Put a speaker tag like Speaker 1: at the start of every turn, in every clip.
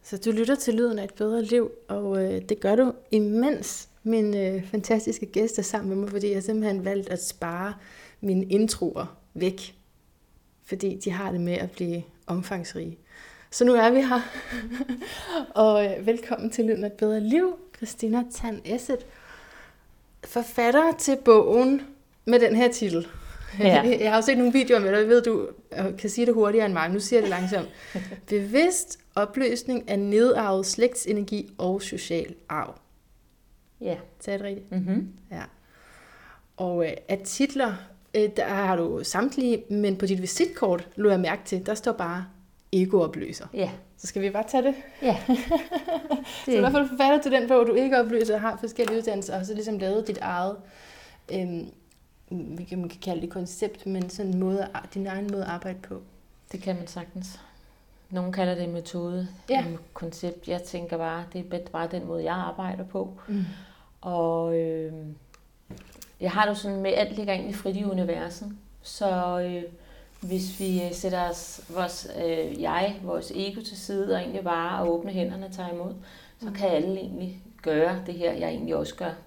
Speaker 1: Så du lytter til Lyden af et bedre liv, og det gør du imens min fantastiske gæst er sammen med mig, fordi jeg simpelthen valgt at spare mine introer væk, fordi de har det med at blive omfangsrige. Så nu er vi her, og velkommen til Lyden af et bedre liv, Christina Tan Esset, forfatter til bogen med den her titel. Ja. Jeg har jo set nogle videoer med dig, jeg ved, du kan sige det hurtigere end mig, nu siger jeg det langsomt. Bevidst opløsning af nedarvet slægtsenergi og social arv.
Speaker 2: Ja.
Speaker 1: Sagde det rigtigt?
Speaker 2: Mm-hmm.
Speaker 1: Ja. Og af titler, der har du samtlige, men på dit visitkort, lå jeg mærke til, der står bare ego-opløser.
Speaker 2: Ja.
Speaker 1: Så skal vi bare tage det?
Speaker 2: Ja.
Speaker 1: Så i hvert fald forfatter til den bog, du ikke opløser, har forskellige uddannelser, og så ligesom lavet dit eget, vi kan kalde det koncept, men sådan en måde, din egen måde at arbejde på.
Speaker 2: Det kan man sagtens. Nogle kalder det metode, koncept. Jeg tænker bare, det er bare den måde, jeg arbejder på. Og jeg har det sådan med, alt ligger egentlig frit i universet. Så hvis vi sætter vores ego til side og egentlig bare åbne hænderne og tager imod, så kan alle egentlig gøre det her, jeg egentlig også gør.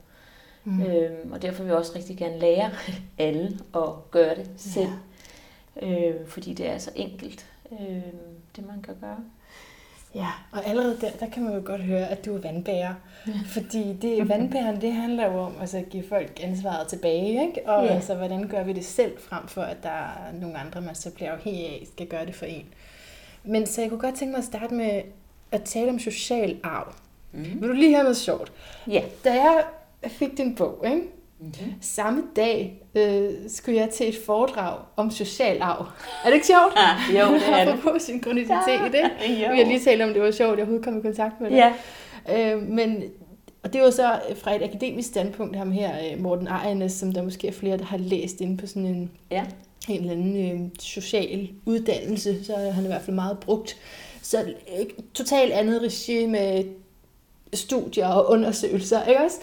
Speaker 2: Og derfor vil jeg også rigtig gerne lære alle at gøre det selv. Fordi det er så enkelt, det man kan gøre.
Speaker 1: Ja, og allerede der kan man jo godt høre, at du er vandbærer. Fordi vandbæren, det handler jo om at give folk ansvaret tilbage, ikke? Og altså, hvordan gør vi det selv, frem for at der er nogle andre, man så bliver afhængig af, skal gøre det for en. Men så jeg kunne godt tænke mig at starte med at tale om social arv. Vil du lige høre noget sjovt?
Speaker 2: Ja.
Speaker 1: Da jeg fik din bog, ikke? Samme dag skulle jeg til et foredrag om social arv. Er det ikke sjovt?
Speaker 2: Ja, jo, det er det.
Speaker 1: Apropos synkronicitet, ikke? Vi har lige talt om, det var sjovt, at jeg overhovedet kom i kontakt med det.
Speaker 2: Ja.
Speaker 1: Og det var så fra et akademisk standpunkt, ham her, Morten Ejernes, som der måske er flere, der har læst inde på sådan en eller anden social uddannelse, så han i hvert fald meget brugt. Så totalt andet regi med studier og undersøgelser, ikke også?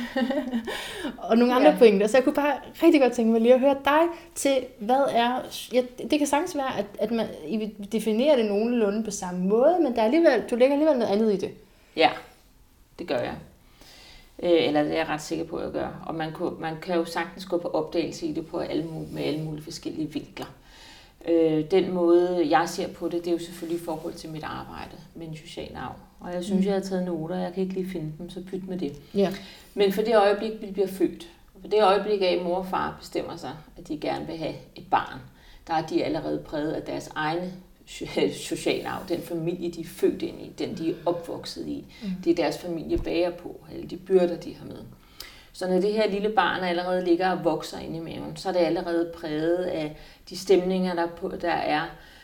Speaker 1: Og nogle andre pointer. Så jeg kunne bare rigtig godt tænke mig lige at høre dig til, hvad er... Ja, det kan sagtens være, at man definerer det nogenlunde på samme måde, men du lægger alligevel noget andet i det.
Speaker 2: Ja, det gør jeg. Eller det er jeg ret sikker på, at jeg gør. Og man kan jo sagtens gå på opdagelse i det på med alle mulige forskellige vinkler. Den måde, jeg ser på det, det er jo selvfølgelig i forhold til mit arbejde med en social arv. Og jeg synes, jeg har taget noter, jeg kan ikke lige finde dem, så pyt med det.
Speaker 1: Ja.
Speaker 2: Men for det øjeblik, vi bliver født, for det øjeblik af, mor og far bestemmer sig, at de gerne vil have et barn, der er de allerede præget af deres egne social arv, den familie, de er født ind i, den de er opvokset i. Det er deres familie bærer på, alle de byrder, de har med. Så når det her lille barn allerede ligger og vokser inde i maven, så er det allerede præget af de stemninger, der er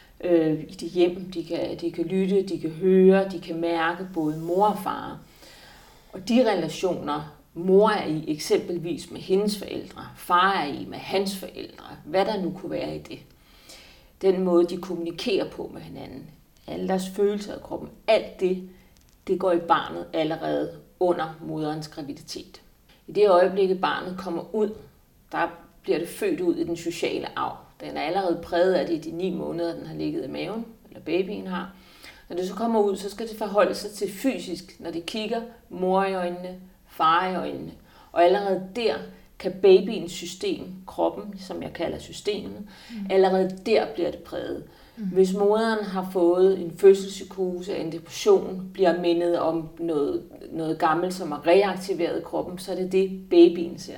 Speaker 2: i det hjem. De kan lytte, de kan høre, de kan mærke både mor og far. Og de relationer, mor er i eksempelvis med hendes forældre, far er i med hans forældre, hvad der nu kunne være i det. Den måde, de kommunikerer på med hinanden, alle deres følelser af kroppen, alt det går i barnet allerede under moderens graviditet. I det øjeblik, barnet kommer ud, der bliver det født ud i den sociale arv. Den er allerede præget af det i de 9 måneder, den har ligget i maven, eller babyen har. Når det så kommer ud, så skal det forholde sig til fysisk, når det kigger mor i øjnene, far i øjnene. Og allerede der kan babyens system, kroppen, som jeg kalder systemet, allerede der bliver det præget. Hvis moderen har fået en fødselspsykose, en depression, bliver mindet om noget gammelt, som har reaktiveret kroppen, så er det det, babyen ser.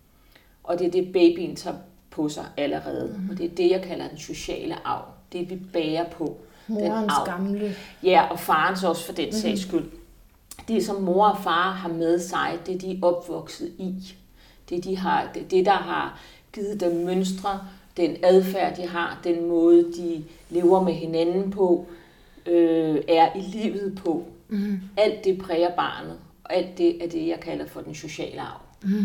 Speaker 2: Og det er det, babyen tager på sig allerede. Og det er det, jeg kalder den sociale arv. Det, vi bærer på.
Speaker 1: Morens gamle.
Speaker 2: Ja, og farens også for den sags skyld. Det, som mor og far har med sig, det de er opvokset i. Det, der har givet dem mønstre, den adfærd, de har, den måde, de lever med hinanden på, er i livet på. Alt det præger barnet, og alt det er det, jeg kalder for den sociale arv.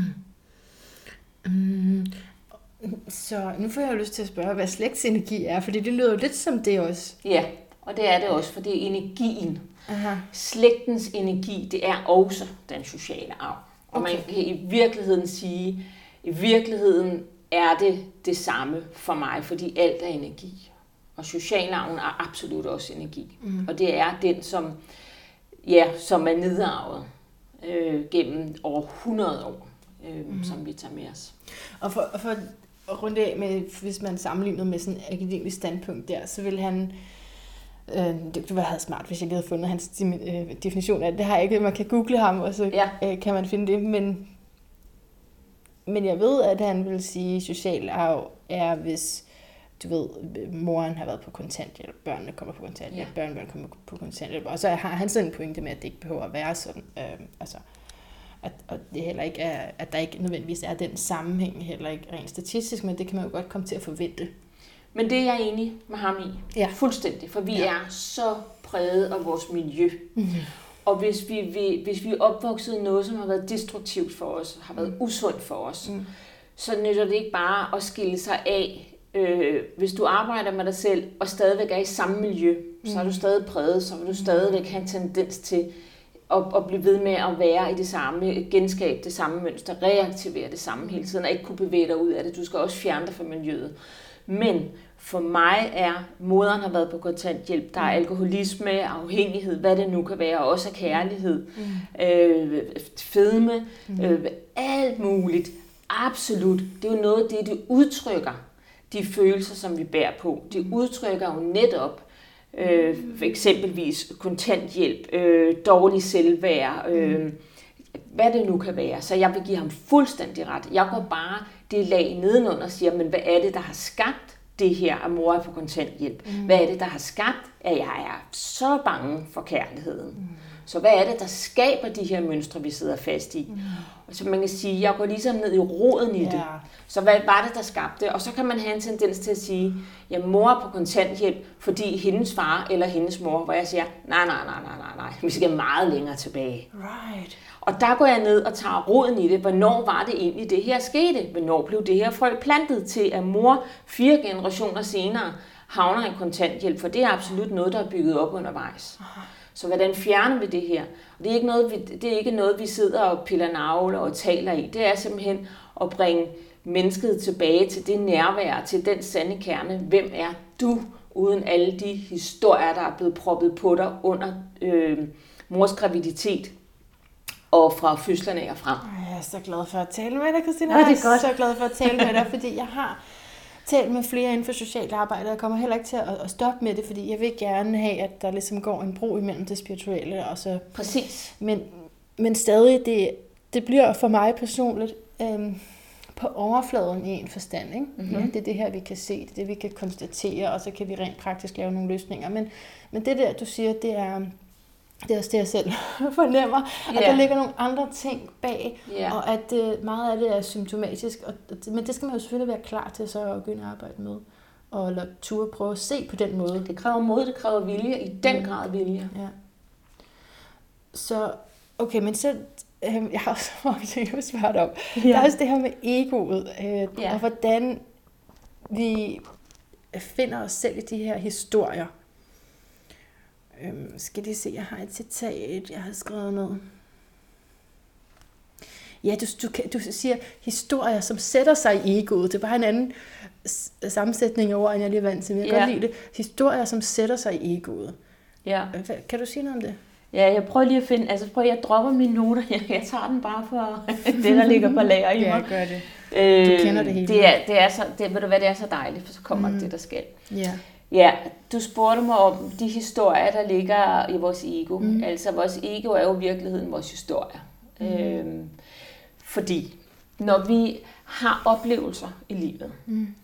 Speaker 1: Så nu får jeg jo lyst til at spørge, hvad slægtsenergi er, fordi det lyder jo lidt som det også.
Speaker 2: Ja, og det er det også, for det er energien. Slægtens energi, det er også den sociale arv. Og man kan i virkeligheden sige, i virkeligheden er det samme for mig, fordi alt er energi. Og socialarven er absolut også energi. Og det er den, som som er nedarvet gennem over 100 år, som vi tager med os.
Speaker 1: Og for at runde af med, hvis man sammenligner med sådan et akademisk standpunkt der, så ville han, det var smart, hvis jeg lige havde fundet hans definition af det. Det har jeg ikke, man kan google ham, og så kan man finde det, men jeg ved, at han vil sige, at social arv er, hvis du ved, moren har været på kontanthjælp, børnene kommer på kontanthjælp, børnebørn kommer på kontanthjælp, og så har han sådan en pointe med, at det ikke behøver at være sådan, at det heller ikke er, at der ikke nødvendigvis er den sammenhæng, heller ikke rent statistisk, men det kan man jo godt komme til at forvente.
Speaker 2: Men det er jeg enig med ham i. Ja. Fuldstændig, for vi er så præget af vores miljø. Mm-hmm. Og hvis vi er opvokset i noget, som har været destruktivt for os, har været usundt for os, så nytter det ikke bare at skille sig af. Hvis du arbejder med dig selv, og stadigvæk er i samme miljø, så er du stadig præget, så vil du stadigvæk have en tendens til at blive ved med at være i det samme, genskabe det samme mønster, reaktivere det samme hele tiden, og ikke kunne bevæge dig ud af det. Du skal også fjerne dig fra miljøet. Men for mig er, moderen har været på kontanthjælp, der er alkoholisme, afhængighed, hvad det nu kan være, også af kærlighed, fedme, alt muligt. Absolut. Det er jo noget af det udtrykker, de følelser, som vi bærer på. De udtrykker jo netop for eksempelvis kontanthjælp, dårlig selvværd, hvad det nu kan være. Så jeg vil give ham fuldstændig ret. Jeg går bare det lag nedenunder og siger, men hvad er det, der har skabt det her, at mor er på kontanthjælp? Hvad er det, der har skabt, at jeg er så bange for kærligheden? Så hvad er det, der skaber de her mønstre, vi sidder fast i? Og så man kan sige, jeg går ligesom ned i roden i det. Så hvad var det, der skabte? Og så kan man have en tendens til at sige, ja, mor er på kontanthjælp, fordi hendes far eller hendes mor, hvor jeg siger, nej, vi skal meget længere tilbage.
Speaker 1: Right.
Speaker 2: Og der går jeg ned og tager roden i det. Hvornår var det egentlig, det her skete? Hvornår blev det her frø plantet til, at mor 4 generationer senere havner i kontanthjælp? For det er absolut noget, der er bygget op undervejs. Så hvordan fjerner vi det her? Og det er ikke noget, vi sidder og piller navle og taler i. Det er simpelthen at bringe mennesket tilbage til det nærvær, til den sande kerne. Hvem er du, uden alle de historier, der er blevet proppet på dig under mors graviditet og fra fødslerne af og frem?
Speaker 1: Jeg er så glad for at tale med dig, Christina. Jeg er så glad for at tale med dig, fordi jeg har talt med flere inden for socialt arbejde, og jeg kommer heller ikke til at stoppe med det, fordi jeg vil gerne have, at der ligesom går en bro imellem det spirituelle. Og så.
Speaker 2: Præcis.
Speaker 1: Men stadig, det bliver for mig personligt på overfladen i en forstand. Ikke? Mm-hmm. Det er det her, vi kan se, det er det, vi kan konstatere, og så kan vi rent praktisk lave nogle løsninger. Men det der, du siger, det er også det, jeg selv fornemmer, at der ligger nogle andre ting bag, og at meget af det er symptomatisk. Men det skal man jo selvfølgelig være klar til så at begynde at arbejde med, og lade turde prøve at se på den måde.
Speaker 2: Det kræver mod, det kræver vilje, i den grad vilje.
Speaker 1: Ja. Så, okay, men så, jeg har også mange ting at svare om. Der er også det her med egoet, og hvordan vi finder os selv i de her historier. Skal de se, jeg har et citat, jeg har skrevet ned. Ja, du siger historier, som sætter sig i egoet. Det er bare en anden sammensætning over, end jeg lige er vant til. Jeg kan godt lide det. Historier, som sætter sig i egoet. Ja. Kan du sige noget om det?
Speaker 2: Ja, jeg prøver lige at finde, jeg dropper mine noter. Jeg tager den bare for det, der ligger på lager i mig.
Speaker 1: Ja, gør det. Du kender det hele.
Speaker 2: Ved du hvad, det er så dejligt, for så kommer det, der skal.
Speaker 1: Ja.
Speaker 2: Ja, du spurgte mig om de historier, der ligger i vores ego. Altså, vores ego er jo i virkeligheden vores historie. Fordi når vi har oplevelser i livet,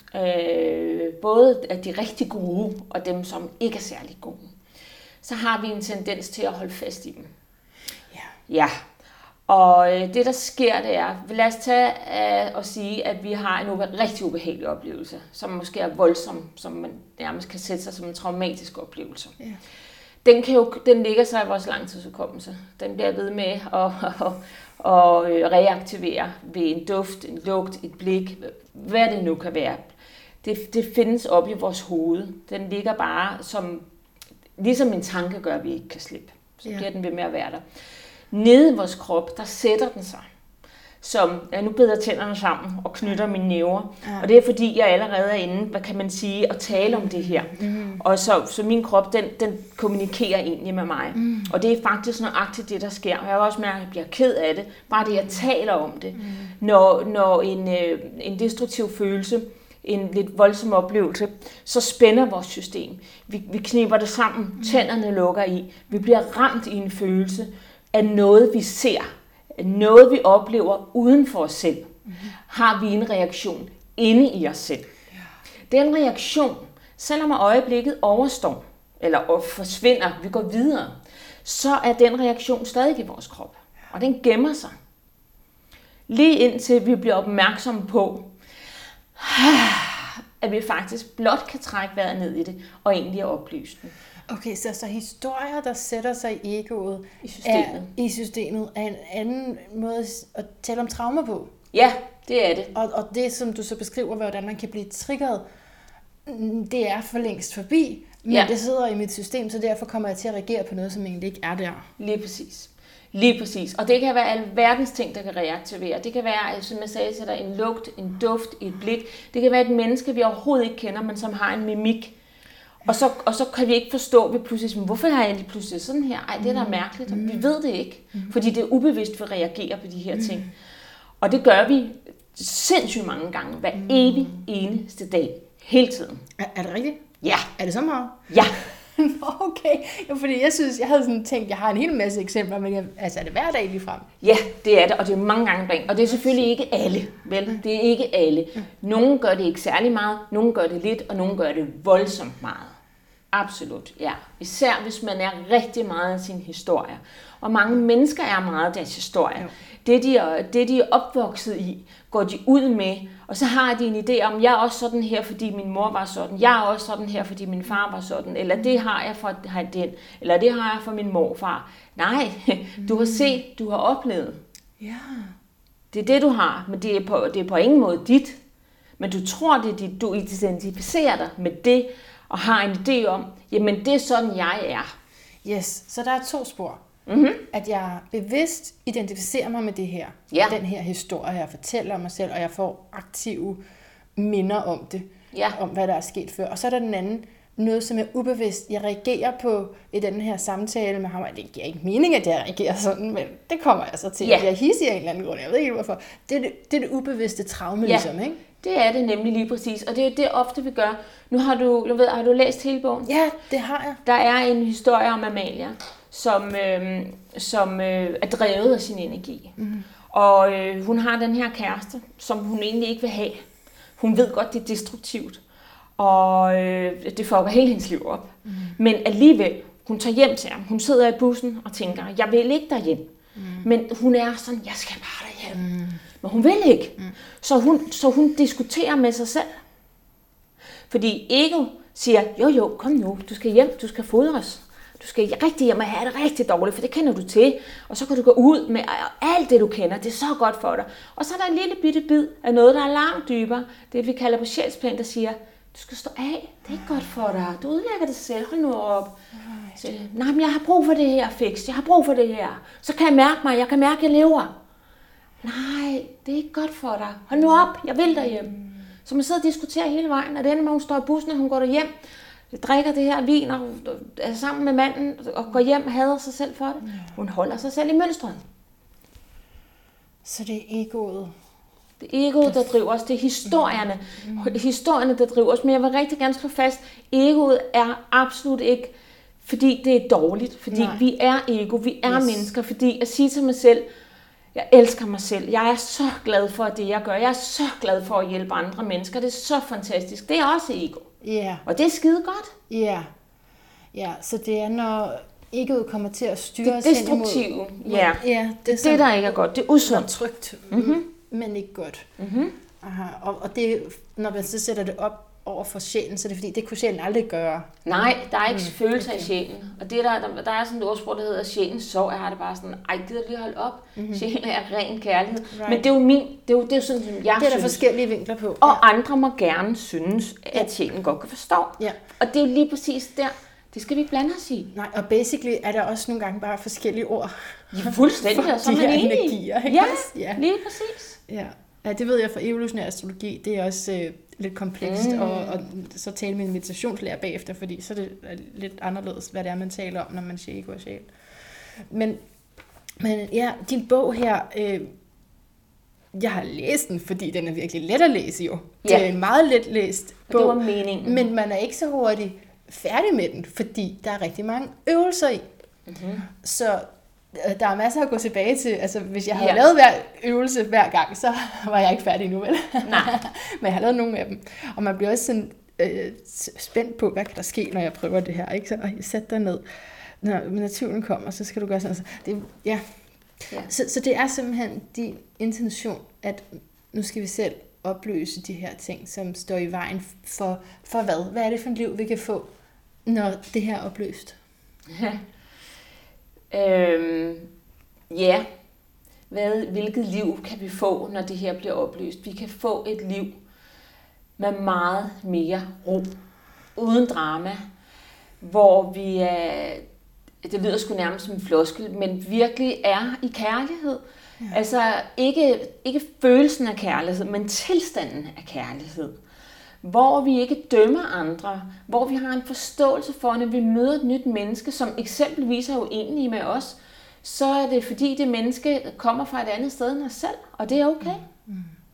Speaker 2: både af de rigtig gode og dem, som ikke er særlig gode, så har vi en tendens til at holde fast i dem. Ja. Og det, der sker, det er, lad os tage og sige, at vi har en rigtig ubehagelig oplevelse, som måske er voldsom, som man nærmest kan sætte sig som en traumatisk oplevelse. Yeah. Den ligger sig i vores langtidshukommelse. Den bliver ved med at reaktivere ved en duft, en lugt, et blik, hvad det nu kan være. Det findes op i vores hoved. Den ligger bare som, ligesom en tanke gør, at vi ikke kan slippe. Så bliver den ved med at være der. Nede i vores krop, der sætter den sig. som, nu bider jeg tænderne sammen og knytter mine næver. Ja. Og det er fordi, jeg allerede er inde, hvad kan man sige, at tale om det her. Og så min krop, den kommunikerer egentlig med mig. Og det er faktisk nøjagtigt det, der sker. Og jeg har også mærket, at jeg bliver ked af det. Bare det, jeg taler om det. Når en destruktiv følelse, en lidt voldsom oplevelse, så spænder vores system. Vi kniber det sammen, tænderne lukker i. Vi bliver ramt i en følelse af noget, vi ser. Noget, vi oplever uden for os selv, har vi en reaktion inde i os selv. Den reaktion, selvom øjeblikket overstår, eller forsvinder, vi går videre, så er den reaktion stadig i vores krop. Og den gemmer sig. Lige indtil vi bliver opmærksomme på, at vi faktisk blot kan trække vejret ned i det, og egentlig oplyse den.
Speaker 1: Okay, så historier, der sætter sig i egoet i systemet, er en anden måde at tale om traumer på.
Speaker 2: Ja, det er det.
Speaker 1: Og det, som du så beskriver, hvordan man kan blive triggeret, det er for længst forbi, men det sidder i mit system, så derfor kommer jeg til at reagere på noget, som egentlig ikke er der.
Speaker 2: Lige præcis. Lige præcis. Og det kan være alverdens ting, der kan reaktivere. Det kan være, som jeg sagde til dig, en lugt, en duft, et blik. Det kan være et menneske, vi overhovedet ikke kender, men som har en mimik. Og så kan vi ikke forstå, vi pludselig, hvorfor har jeg lige pludselig sådan her? Ej, det er da mærkeligt. Vi ved det ikke, fordi det er ubevidst, vi reagerer på de her ting. Og det gør vi sindssygt mange gange, hver evig eneste dag, hele tiden.
Speaker 1: Er det rigtigt?
Speaker 2: Ja.
Speaker 1: Er det så meget?
Speaker 2: Ja.
Speaker 1: Okay, fordi jeg synes, jeg havde sådan tænkt, jeg har en hel masse eksempler, men er det hver dag lige frem?
Speaker 2: Ja, det er det, og det er mange gange bring. Og det er selvfølgelig ikke alle, vel? Det er ikke alle. Nogle gør det ikke særlig meget, nogle gør det lidt, og nogle gør det voldsomt meget. Absolut, ja. Især hvis man er rigtig meget af sin historie. Og mange mennesker er meget af deres historie. Det de er opvokset i, går de ud med, og så har de en idé om, jeg er også sådan her, fordi min mor var sådan, jeg er også sådan her, fordi min far var sådan, eller det har jeg for den, eller det har jeg for min morfar. Nej, du har set, du har oplevet.
Speaker 1: Ja.
Speaker 2: Det er det, du har, men det er på ingen måde dit. Men du tror, det er dit, du identificerer dig med det, og har en idé om, jamen det er sådan, jeg er.
Speaker 1: Yes, så der er 2 spor. At jeg bevidst identificerer mig med det her, den her historie, jeg fortæller om mig selv, og jeg får aktive minder om det, om hvad der er sket før. Og så er der den anden, noget som er ubevidst. Jeg reagerer på i den her samtale med ham, og det giver ikke mening, at jeg reagerer sådan, men det kommer jeg så til. Jeg hisser af en eller anden grund, jeg ved ikke hvorfor. Det er det ubevidste traume, ligesom, ikke?
Speaker 2: Det er det nemlig lige præcis, og det er jo det ofte vi gør. Nu har du læst hele bogen?
Speaker 1: Ja, det har jeg.
Speaker 2: Der er en historie om Amalia, som er drevet af sin energi. Og hun har den her kæreste, som hun egentlig ikke vil have. Hun ved godt, det er destruktivt, og det fucker hele hendes liv op. Men alligevel, hun tager hjem til ham. Hun sidder i bussen og tænker, jeg vil ikke derhjem. Men hun er sådan, jeg skal bare derhjem. Men hun vil ikke. Så hun diskuterer med sig selv. Fordi ego siger, jo, kom nu, du skal hjem, du skal fodres. Du skal rigtig hjem og have det rigtig dårligt, for det kender du til. Og så kan du gå ud med alt det, du kender. Det er så godt for dig. Og så er der en lille bitte bid af noget, der er langt dybere. Det vi kalder på sjælsplan, der siger, du skal stå af. Det er ikke godt for dig. Du udlægger det selv. Hold nu op. Så, nej, men jeg har brug for det her fix. Jeg har brug for det her. Så kan jeg mærke mig. Jeg kan mærke, at jeg lever. Nej, det er ikke godt for dig. Hold nu op. Jeg vil derhjem. Så man sidder og diskuterer hele vejen. Og det ender med, hun står i bussen, og hun går derhjem. Drikker det her vin og er sammen med manden og går hjem og hader sig selv for det. Hun holder sig selv i mønstret.
Speaker 1: Så det er egoet.
Speaker 2: Det er egoet, der driver os. Det er historierne. Historierne, der driver os. Men jeg vil rigtig gerne slå fast, egoet er absolut ikke, fordi det er dårligt. Fordi vi er ego, vi er mennesker. Fordi at sige til mig selv, jeg elsker mig selv. Jeg er så glad for det, jeg gør. Jeg er så glad for at hjælpe andre mennesker. Det er så fantastisk. Det er også ego.
Speaker 1: Ja.
Speaker 2: Og det er skide godt.
Speaker 1: Ja. Ja, så det er, når egoet kommer til at styre os
Speaker 2: hen imod. Det destruktive. Ja. Det der ikke er godt. Det er usundt.
Speaker 1: Trygt, men ikke godt. Aha. Og det, når man så sætter det op over for sjælen, så er det fordi, det kunne sjælen aldrig gøre.
Speaker 2: Nej, der er ikke følelse af sjælen. Og det der er sådan et ordsprog, der hedder, sjælen sov. Jeg har det bare sådan, gider lige holde op. Sjælen er ren kærlighed. Right. Men det er jo det er sådan, som jeg synes.
Speaker 1: Det er der forskellige vinkler på.
Speaker 2: Og andre må gerne synes, at sjælen godt kan forstå.
Speaker 1: Ja.
Speaker 2: Og det er jo lige præcis der, Det skal vi ikke blande os i.
Speaker 1: Nej, og basically er der også nogle gange bare forskellige ord.
Speaker 2: Ja, fuldstændig, og så er man enig.
Speaker 1: Energier, ikke?
Speaker 2: Ja, lige præcis.
Speaker 1: Ja, det ved jeg fra evolutionær astrologi. Det er også lidt komplekst, og så tale med en meditationslærer bagefter, fordi så er det lidt anderledes, hvad det er, man taler om, når man siger ego og sjæl. Men ja, din bog her, jeg har læst den, fordi den er virkelig let at læse jo. Ja. Det er en meget let læst bog.
Speaker 2: Det var meningen.
Speaker 1: Men man er ikke så hurtigt færdig med den, fordi der er rigtig mange øvelser i. Mm-hmm. Så der er masser at gå tilbage til. Altså, hvis jeg havde lavet hver øvelse hver gang, så var jeg ikke færdig endnu, vel?
Speaker 2: Nej.
Speaker 1: Men jeg har lavet nogle af dem. Og man bliver også sådan spændt på, hvad kan der ske, når jeg prøver det her. Ikke? Så sæt dig ned. Når tvivlen kommer, så skal du gøre sådan. Så det er simpelthen din intention, at nu skal vi selv opløse de her ting, som står i vejen for hvad? Hvad er det for et liv, vi kan få, når det her er opløst?
Speaker 2: Hvilket liv kan vi få, når det her bliver opløst? Vi kan få et liv med meget mere ro, uden drama, hvor vi det lyder sgu nærmest som en floskel, men virkelig er i kærlighed. Ja. Altså ikke følelsen af kærlighed, men tilstanden af kærlighed. Hvor vi ikke dømmer andre, hvor vi har en forståelse for, når vi møder et nyt menneske, som eksempelvis er uenige med os, så er det fordi det menneske kommer fra et andet sted end os selv, og det er okay. Mm.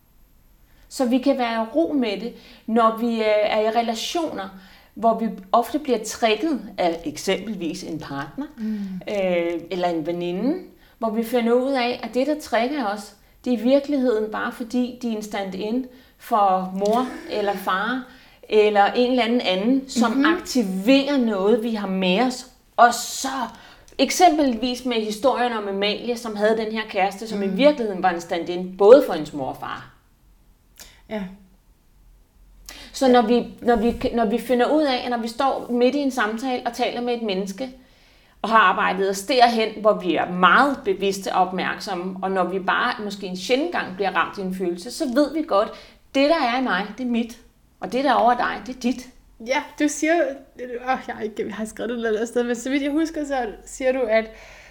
Speaker 2: Så vi kan være i ro med det, når vi er i relationer, hvor vi ofte bliver tricket af eksempelvis en partner eller en veninde, hvor vi finder ud af, at det, der trigger os, det er i virkeligheden bare fordi, de er en stand-in for mor eller far eller en eller anden, som aktiverer noget, vi har med os. Og så eksempelvis med historien om Amalie, som havde den her kæreste, som i virkeligheden var en stand-in, både for hendes mor og far. Ja. Så når vi finder ud af, at når vi står midt i en samtale og taler med et menneske, og har arbejdet os derhen, hvor vi er meget bevidste og opmærksomme, og når vi bare måske en sjældent gang bliver ramt i en følelse, så ved vi godt, det der er i mig, det er mit, og det der er over dig, det er dit.
Speaker 1: Ja, du siger, jeg har skrevet det et andet sted, men så vidt jeg husker, så siger du, at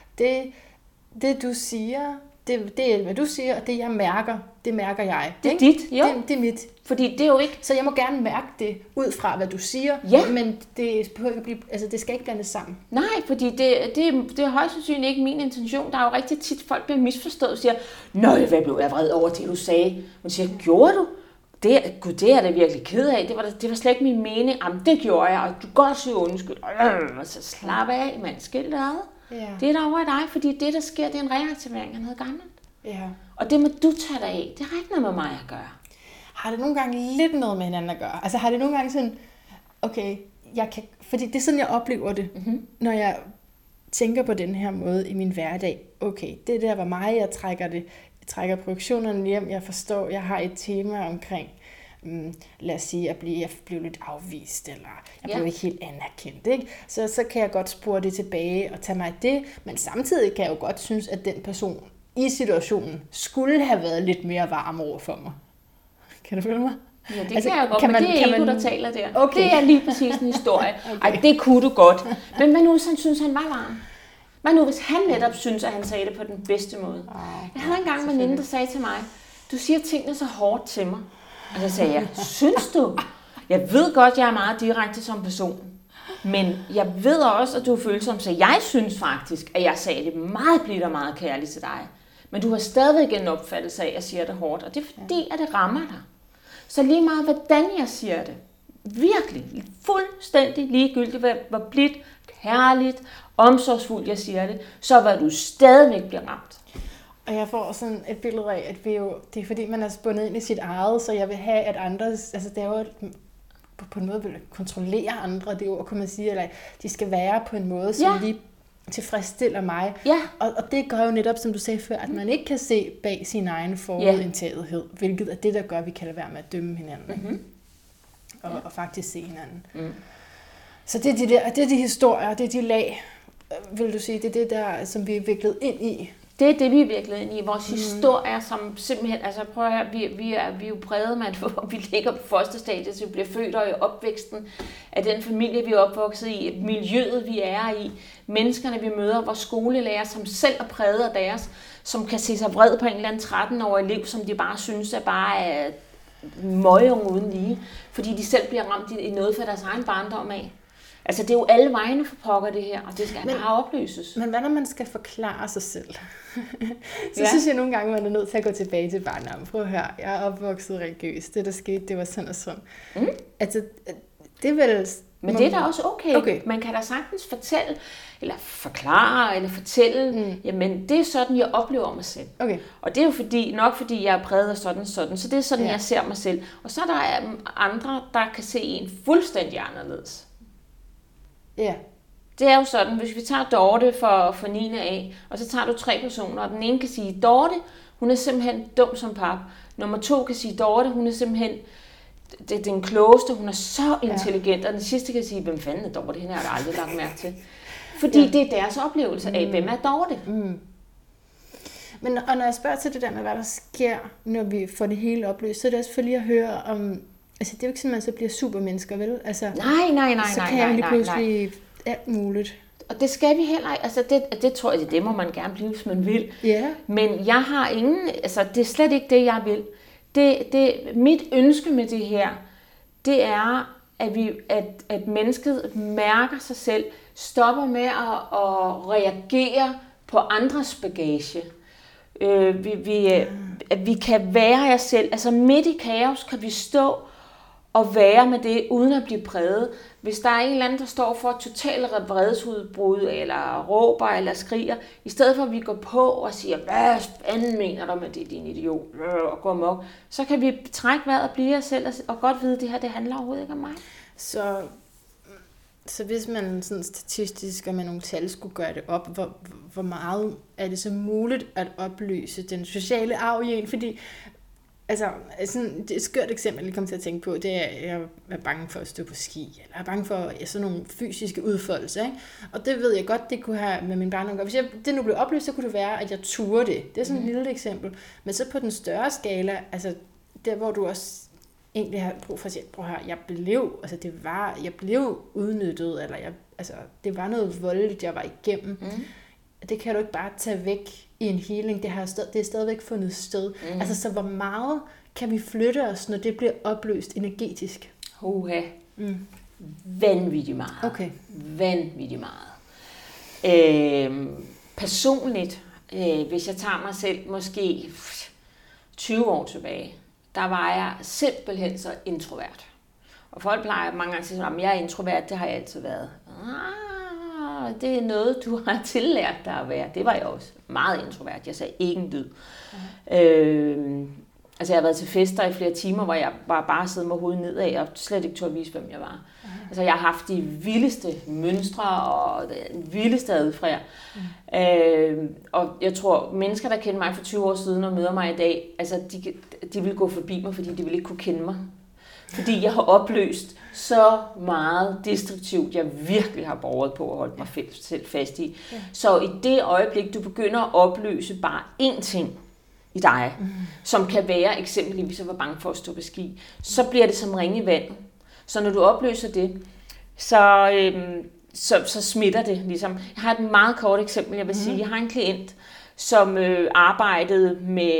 Speaker 1: det du siger, det er, hvad du siger, og det jeg mærker, det mærker jeg.
Speaker 2: Det er dit, jo.
Speaker 1: Det er mit.
Speaker 2: Fordi det er jo ikke...
Speaker 1: Så jeg må gerne mærke det ud fra, hvad du siger, men det skal ikke blandes sammen.
Speaker 2: Nej, fordi det er højst sandsynligt ikke min intention. Der er jo rigtig tit, folk bliver misforstået og siger, nøj, hvad blev jeg vred over det, du sagde? Man siger, gjorde du? Gud, det er jeg da virkelig ked af. Det var slet ikke min mening. Jamen, det gjorde jeg, og du kan godt sige undskyld. Og så slap af, mand. Skil dig ad. Ja. Det er der over i dig, fordi det, der sker, det er en reaktivering af noget gammelt. Ja. Og det må du tage dig af. Det har ikke noget med mig at gøre.
Speaker 1: Har det nogle gange lidt noget med hinanden at gøre? Altså har det nogle gange sådan, okay, fordi det er sådan, jeg oplever det, når jeg tænker på den her måde i min hverdag. Okay, det der var mig, jeg trækker produktionerne hjem, jeg forstår, jeg har et tema omkring, lad os sige, jeg blev lidt afvist, eller jeg blev ikke helt anerkendt, ikke? Så kan jeg godt spore det tilbage og tage mig af det, men samtidig kan jeg jo godt synes, at den person i situationen skulle have været lidt mere varm over for mig. Kan du følge mig?
Speaker 2: Ja, det kan jeg godt, men det er ego, der taler der. Okay. Det er lige præcis en historie. Okay. Ej, det kunne du godt. Men hvad nu, hvis han synes, han var varm? Hvad nu, hvis han netop synes, at han sagde det på den bedste måde? Jeg havde engang en veninde, der sagde til mig, du siger tingene så hårdt til mig. Og så sagde jeg, synes du? Jeg ved godt, jeg er meget direkte som person. Men jeg ved også, at du er følsom, så jeg synes faktisk, at jeg sagde det meget blidt og meget kærligt til dig. Men du har stadigvæk en opfattelse af, at jeg siger det hårdt, og det er fordi, at det rammer dig. Så lige meget, hvordan jeg siger det, virkelig, fuldstændig ligegyldigt, hvor blidt, kærligt, omsorgsfuldt jeg siger det, så vil du stadigvæk blive ramt.
Speaker 1: Og jeg får sådan et billede af, at det er fordi, man er spundet ind i sit eget, så jeg vil have, at andre, altså det er jo på en måde vil kontrollere andre, det ord, kan man sige, eller de skal være på en måde, som lige tilfredsstiller mig. Ja. Og det gør jo netop, som du sagde før, at man ikke kan se bag sin egen forudindtagethed, hvilket er det, der gør, at vi kan lade være med at dømme hinanden. Og faktisk se hinanden. Så det er de historier, det er de lag, vil du sige, det er det der, som vi er viklet ind i
Speaker 2: Det er det, vi er virkelig inde i. Vores historie, som simpelthen, altså prøv at høre, vi er jo præget, vi ligger på fosterstadiet, så vi bliver født og i opvæksten af den familie, vi er opvokset i, miljøet, vi er i, menneskerne, vi møder, vores skolelærer, som selv er præget af deres, som kan se sig vred på en eller anden 13-årig elev, som de bare synes er bare møgung uden lige, fordi de selv bliver ramt i noget for deres egen barndom af. Altså, det er jo alle vejene for pokker, det her, og det skal bare opløses.
Speaker 1: Men hvad når man skal forklare sig selv? Så synes jeg nogle gange, man er nødt til at gå tilbage til barndommen. Prøv at høre, jeg er opvokset religiøst. Det, der skete, det var sådan og sådan. Altså, det er vel...
Speaker 2: Men det er da også okay. Man kan da sagtens fortælle, eller forklare, eller fortælle, jamen, det er sådan, jeg oplever mig selv.
Speaker 1: Okay.
Speaker 2: Og det er jo fordi jeg er præget af sådan, så det er sådan, jeg ser mig selv. Og så er der andre, der kan se en fuldstændig anderledes.
Speaker 1: Ja.
Speaker 2: Det er jo sådan, hvis vi tager Dorte for 9. A, og så tager du 3 personer, og den ene kan sige, Dorte, hun er simpelthen dum som pap. Nummer 2 kan sige, Dorte, hun er simpelthen den klogeste, hun er så intelligent, og den sidste kan sige, hvem fanden er Dorte, hende har jeg aldrig lagt mærke til. Fordi det er deres oplevelse af, hvem er Dorte.
Speaker 1: Men og når jeg spørger til det der med, hvad der sker, når vi får det hele opløst, så er det også for lige at høre om... Altså, det er jo ikke sådan, at man så bliver supermennesker, vel? Altså,
Speaker 2: nej.
Speaker 1: Så kan jeg lige pludselig alt muligt.
Speaker 2: Og det skal vi heller ikke. Altså, det tror jeg, det må man gerne blive, hvis man vil.
Speaker 1: Yeah.
Speaker 2: Men jeg har ingen... Altså, det er slet ikke det, jeg vil. Mit ønske med det her, det er, at mennesket mærker sig selv, stopper med at reagere på andres bagage. At vi kan være jer selv. Altså midt i kaos kan vi stå og være med det, uden at blive præget. Hvis der er en eller anden, der står for et totalt vredesudbrud, eller råber, eller skriger, i stedet for at vi går på og siger, hvad fanden mener du med det, din idiot, og går amok, så kan vi trække vejret og blive os selv, og godt vide, at det her, det handler overhovedet ikke om mig.
Speaker 1: Så hvis man sådan statistisk og med nogle tal skulle gøre det op, hvor meget er det så muligt at opløse den sociale arv i en? Fordi altså, sådan, det er et skørt eksempel, jeg kommer til at tænke på, det er, at jeg er bange for at stå på ski, eller jeg er bange for sådan nogle fysiske udfoldelser, ikke? Og det ved jeg godt, det kunne have med min barndom. Hvis det nu blev opløst, så kunne det være, at jeg turde det. Det er sådan et lille eksempel. Men så på den større skala, altså der, hvor du også egentlig har brug for at sige, prøv her, jeg blev udnyttet, eller det var noget voldeligt, jeg var igennem. Det kan du ikke bare tage væk i en healing. Det er stadigvæk fundet sted. Altså, så hvor meget kan vi flytte os, når det bliver opløst energetisk?
Speaker 2: Vanvittigt meget.
Speaker 1: Okay.
Speaker 2: Vanvittigt meget. Personligt, hvis jeg tager mig selv måske 20 år tilbage, der var jeg simpelthen så introvert. Og folk plejer mange gange at sige, at jeg er introvert, det har jeg altid været. Det er noget, du har tillært dig at være. Det var jeg også. Meget introvert. Jeg sagde ikke en lyd. Altså, jeg har været til fester i flere timer, hvor jeg bare siddet med hovedet nedad og slet ikke turde vise, hvem jeg var. Altså, jeg har haft de vildeste mønstre og den vildeste adfærd. Og jeg tror, mennesker, der kendte mig for 20 år siden og møder mig i dag, altså, de vil gå forbi mig, fordi de vil ikke kunne kende mig. Fordi jeg har opløst så meget destruktivt, jeg virkelig har båret på at holde mig selv fast i. Så i det øjeblik, du begynder at opløse bare én ting i dig, som kan være eksempelvis at være bange for at stå på ski, så bliver det som ringe i vandet. Så når du opløser det, så smitter det ligesom. Jeg har et meget kort eksempel, jeg vil sige. Jeg har en klient, som arbejdede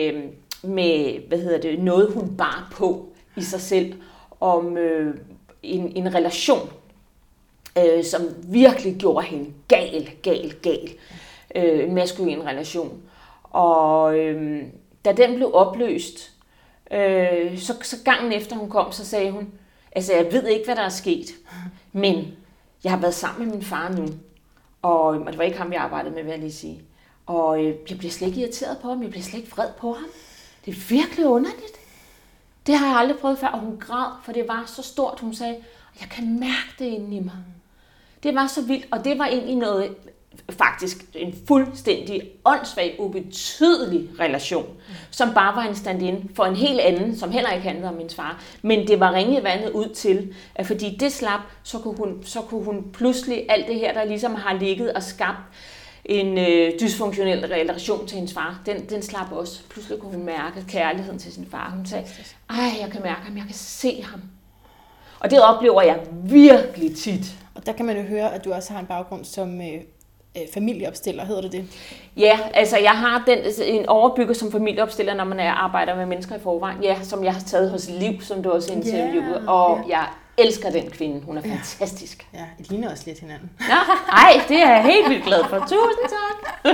Speaker 2: med noget hun bar på i sig selv, om en relation, som virkelig gjorde hende gal. En maskulin relation. Og da den blev opløst, så gangen efter hun kom, så sagde hun, altså jeg ved ikke, hvad der er sket, men jeg har været sammen med min far nu, og det var ikke ham, jeg arbejdede med, vil jeg lige sige. Og jeg bliver slet ikke irriteret på ham, jeg bliver slet ikke vred på ham. Det er virkelig underligt. Det har jeg aldrig prøvet før, og hun græd, for det var så stort. Hun sagde, jeg kan mærke det inde i mig. Det var så vildt, og det var egentlig noget, faktisk en fuldstændig åndssvag, ubetydelig relation, som bare var en stand-in for en helt anden, som heller ikke handlede om min far. Men det var ringe vandet ud til, at fordi det slap, så kunne hun pludselig alt det her, der ligesom har ligget og skabt en dysfunktionel relation til hendes far, den slap også. Pludselig kunne hun mærke kærligheden til sin far. Hun sagde, jeg kan mærke ham, jeg kan se ham. Og det oplever jeg virkelig tit.
Speaker 1: Og der kan man jo høre, at du også har en baggrund som familieopstiller, hedder det?
Speaker 2: Ja, altså jeg har en overbygger som familieopstiller, når man arbejder med mennesker i forvejen. Ja, som jeg har taget hos Liv, som du også interviewede. Og jeg elsker den kvinde. Hun er fantastisk.
Speaker 1: Ja, I ligner også lidt hinanden.
Speaker 2: Nej, det er jeg helt vildt glad for. Tusind tak.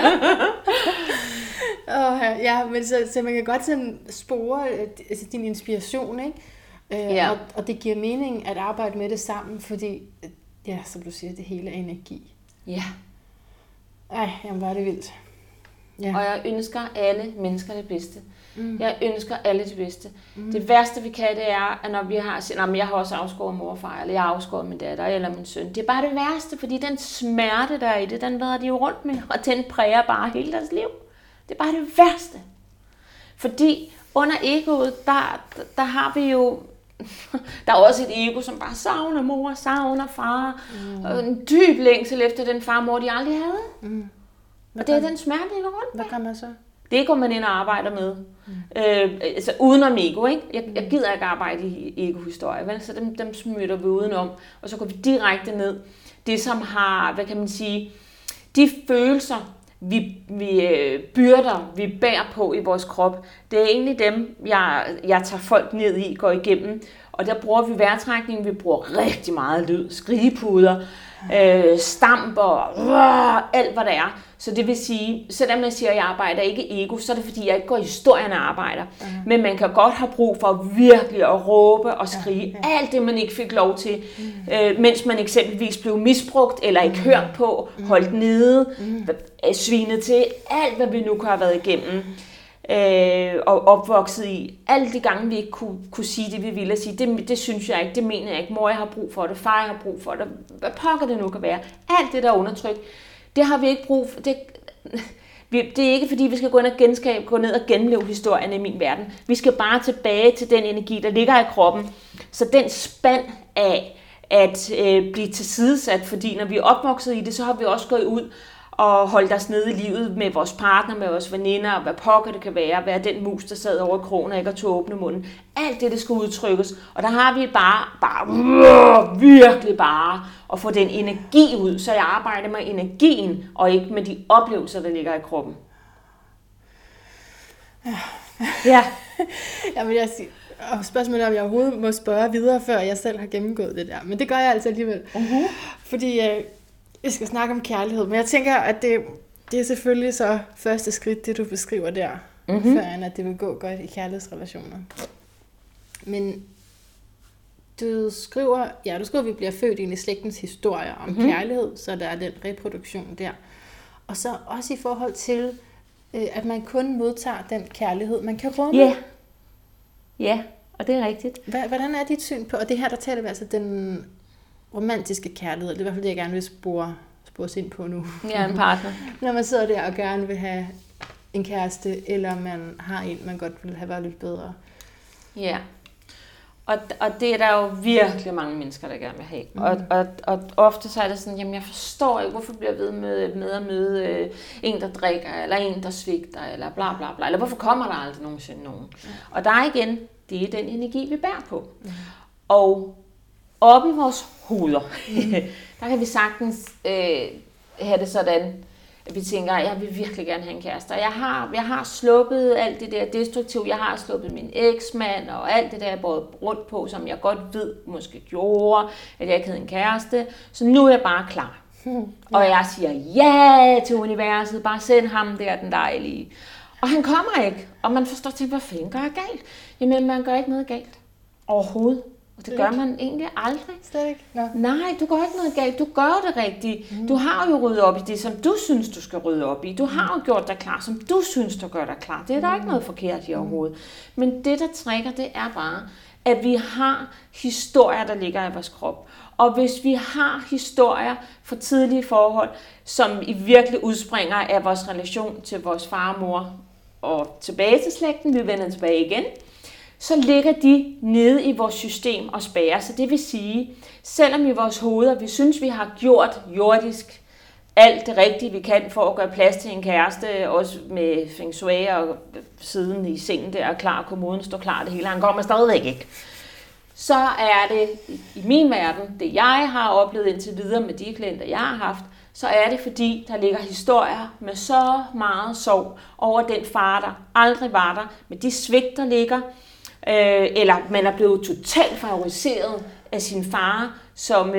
Speaker 1: Ja, men så man kan godt sådan spore altså din inspiration, ikke? Og det giver mening at arbejde med det sammen, fordi, ja, som du siger, det hele er energi.
Speaker 2: Ja.
Speaker 1: Jamen, var det vildt. Ja.
Speaker 2: Og jeg ønsker alle mennesker det bedste. Jeg ønsker alle det bedste. Det værste vi kan, det er, at når vi har sagt, jeg har også afskåret mor og far, eller jeg har afskåret min datter, eller min søn. Det er bare det værste, fordi den smerte, der er i det, den vader de jo rundt med, og den præger bare hele deres liv. Det er bare det værste. Fordi under egoet, der har vi jo, der er også et ego, som bare savner mor, savner far, og en dyb længsel efter den far og mor, de aldrig havde. Og det er den smerte, de går rundt med.
Speaker 1: Hvad kan man så?
Speaker 2: Det går man ind og arbejder med. Altså udenom ego, ikke? Jeg gider ikke arbejde i ego-historie, vel? Så dem smytter vi udenom, og så går vi direkte ned. Det som har, hvad kan man sige, de følelser, vi byrder, vi bærer på i vores krop, det er egentlig dem, jeg tager folk ned i, går igennem. Og der bruger vi vejrtrækning, vi bruger rigtig meget lyd, skrigepuder, stamper, alt hvad der er. Så det vil sige, selvom jeg siger, at jeg arbejder ikke ego, så er det fordi, jeg ikke går i historien og arbejder. Men man kan godt have brug for virkelig at råbe og skrige alt det, man ikke fik lov til, mens man eksempelvis blev misbrugt eller ikke hørt på, holdt nede, svinet til, alt hvad vi nu kan have været igennem. Og opvokset i. Alle de gange, vi ikke kunne sige det, vi ville sige, det synes jeg ikke, det mener jeg ikke. Mor, jeg har brug for det, far, jeg har brug for det, hvad pokker det nu kan være. Alt det, der er undertrykt, det har vi ikke brug for. Det er ikke, fordi vi skal gå ned og genleve historien i min verden. Vi skal bare tilbage til den energi, der ligger i kroppen. Så den spand af at blive tilsidesat, fordi når vi er opvokset i det, så har vi også gået ud og holdt os nede i livet med vores partner, med vores veninder, og hvad pokker det kan være den mus, der sad over i krogen og ikke at åbne munden. Alt det skal udtrykkes, og der har vi bare virkelig bare at få den energi ud, så jeg arbejder med energien, og ikke med de oplevelser, der ligger i kroppen. Ja.
Speaker 1: Jamen, og spørgsmålet er, om jeg overhovedet må spørge videre, før jeg selv har gennemgået det der. Men det gør jeg altså alligevel. Fordi vi skal snakke om kærlighed, men jeg tænker, at det er selvfølgelig så første skridt, det du beskriver der, før at det vil gå godt i kærlighedsrelationer. Men du skriver, at vi bliver født ind i slægtens historie om kærlighed, så der er den reproduktion der. Og så også i forhold til, at man kun modtager den kærlighed, man kan rumme.
Speaker 2: Ja, og det er rigtigt.
Speaker 1: Hvordan er dit syn på, og det her, der taler vi altså den romantiske kærlighed, det er i hvert fald det, jeg gerne vil spore ind på nu.
Speaker 2: Ja, en partner.
Speaker 1: Når man sidder der og gerne vil have en kæreste, eller man har en, man godt vil have været lidt bedre.
Speaker 2: Ja, og det er der jo virkelig mange mennesker, der gerne vil have. Og ofte så er det sådan, jamen jeg forstår ikke, hvorfor bliver jeg ved med at møde en, der drikker, eller en, der svigter, eller bla bla bla, eller hvorfor kommer der aldrig nogensinde nogen. Og der er igen, det er den energi, vi bærer på. Og oppe i vores hoveder, der kan vi sagtens have det sådan, at vi tænker, at jeg vil virkelig gerne have en kæreste. Og jeg har sluppet alt det der destruktive, jeg har sluppet min eksmand, og alt det der, jeg båret rundt på, som jeg godt ved, måske gjorde, at jeg ikke havde en kæreste. Så nu er jeg bare klar. Og jeg siger ja til universet, bare send ham der, den dejlige. Og han kommer ikke, og man forstår til, hvad fanden gør jeg galt? Jamen, man gør ikke noget galt. Overhovedet. Og det gør man egentlig aldrig.
Speaker 1: Slet ikke? No.
Speaker 2: Nej, du gør ikke noget galt. Du gør det rigtigt. Du har jo ryddet op i det, som du synes, du skal rydde op i. Du har jo gjort dig klar, som du synes, du gør dig klar. Det er der ikke noget forkert i overhovedet. Men det, der trækker, det er bare, at vi har historier, der ligger i vores krop. Og hvis vi har historier fra tidlige forhold, som i virkelig udspringer af vores relation til vores far og mor og tilbage til slægten, vi vender tilbage igen, så ligger de nede i vores system og spærrer. Så det vil sige, selvom i vores hoveder, vi synes, vi har gjort jordisk alt det rigtige, vi kan for at gøre plads til en kæreste, også med feng shui og siden i sengen der, klar, kommoden står klar, det hele, han kommer stadigvæk ikke. Så er det i min verden, det jeg har oplevet indtil videre med de klienter, jeg har haft, så er det fordi, der ligger historier med så meget sorg over den far, der aldrig var der, med de svigt, der ligger, eller man er blevet totalt favoriseret af sin far, som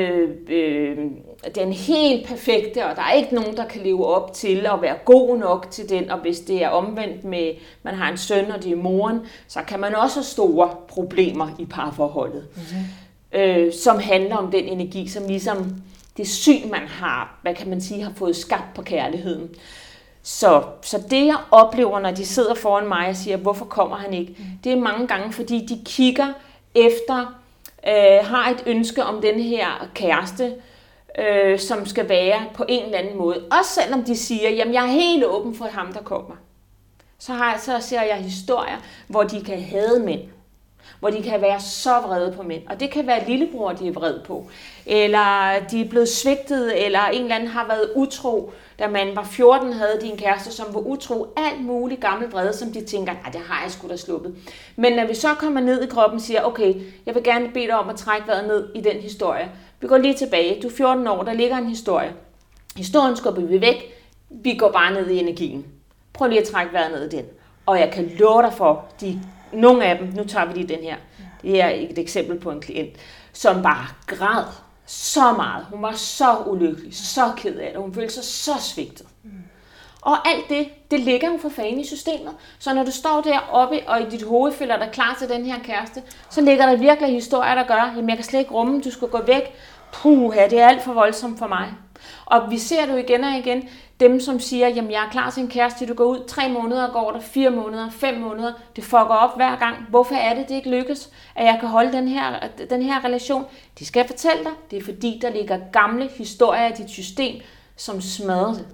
Speaker 2: den helt perfekte, og der er ikke nogen, der kan leve op til at være god nok til den, og hvis det er omvendt med, man har en søn, og det er moren, så kan man også have store problemer i parforholdet, som handler om den energi, som ligesom det syn, man har, hvad kan man sige, har fået skabt på kærligheden. Så det, jeg oplever, når de sidder foran mig og siger, hvorfor kommer han ikke, det er mange gange, fordi de kigger efter, har et ønske om den her kæreste, som skal være på en eller anden måde. Også selvom de siger, jamen jeg er helt åben for ham, der kommer. Så ser jeg historier, hvor de kan hade mænd. Hvor de kan være så vrede på mænd. Og det kan være lillebror, de er vred på. Eller de er blevet svigtet, eller en eller anden har været utro. Da man var 14, havde de en kæreste, som var utro. Alt muligt gammel vrede, som de tænker, nej, det har jeg sgu da sluppet. Men når vi så kommer ned i kroppen og siger, okay, jeg vil gerne bede dig om at trække vejret ned i den historie. Vi går lige tilbage. Du er 14 år, der ligger en historie. Historien skubber vi væk. Vi går bare ned i energien. Prøv lige at trække vejret ned i den. Og jeg kan love dig for, nogle af dem, nu tager vi lige den her, det er et eksempel på en klient, som bare græd så meget. Hun var så ulykkelig, så ked af det, hun følte sig så svigtet. Og alt det ligger jo for fanden i systemet. Så når du står deroppe og i dit hoved føler dig klar til den her kæreste, så ligger der virkelig historier, der gør, jamen jeg kan slet ikke rumme, du skal gå væk. Puha, det er alt for voldsomt for mig. Og vi ser det jo igen og igen, dem som siger, jamen jeg er klar til en kæreste, du går ud 3 måneder, går der 4 måneder, 5 måneder, det fucker op hver gang. Hvorfor er det ikke lykkes, at jeg kan holde den her relation? De skal fortælle dig, det er fordi, der ligger gamle historier i dit system, som smadrer det.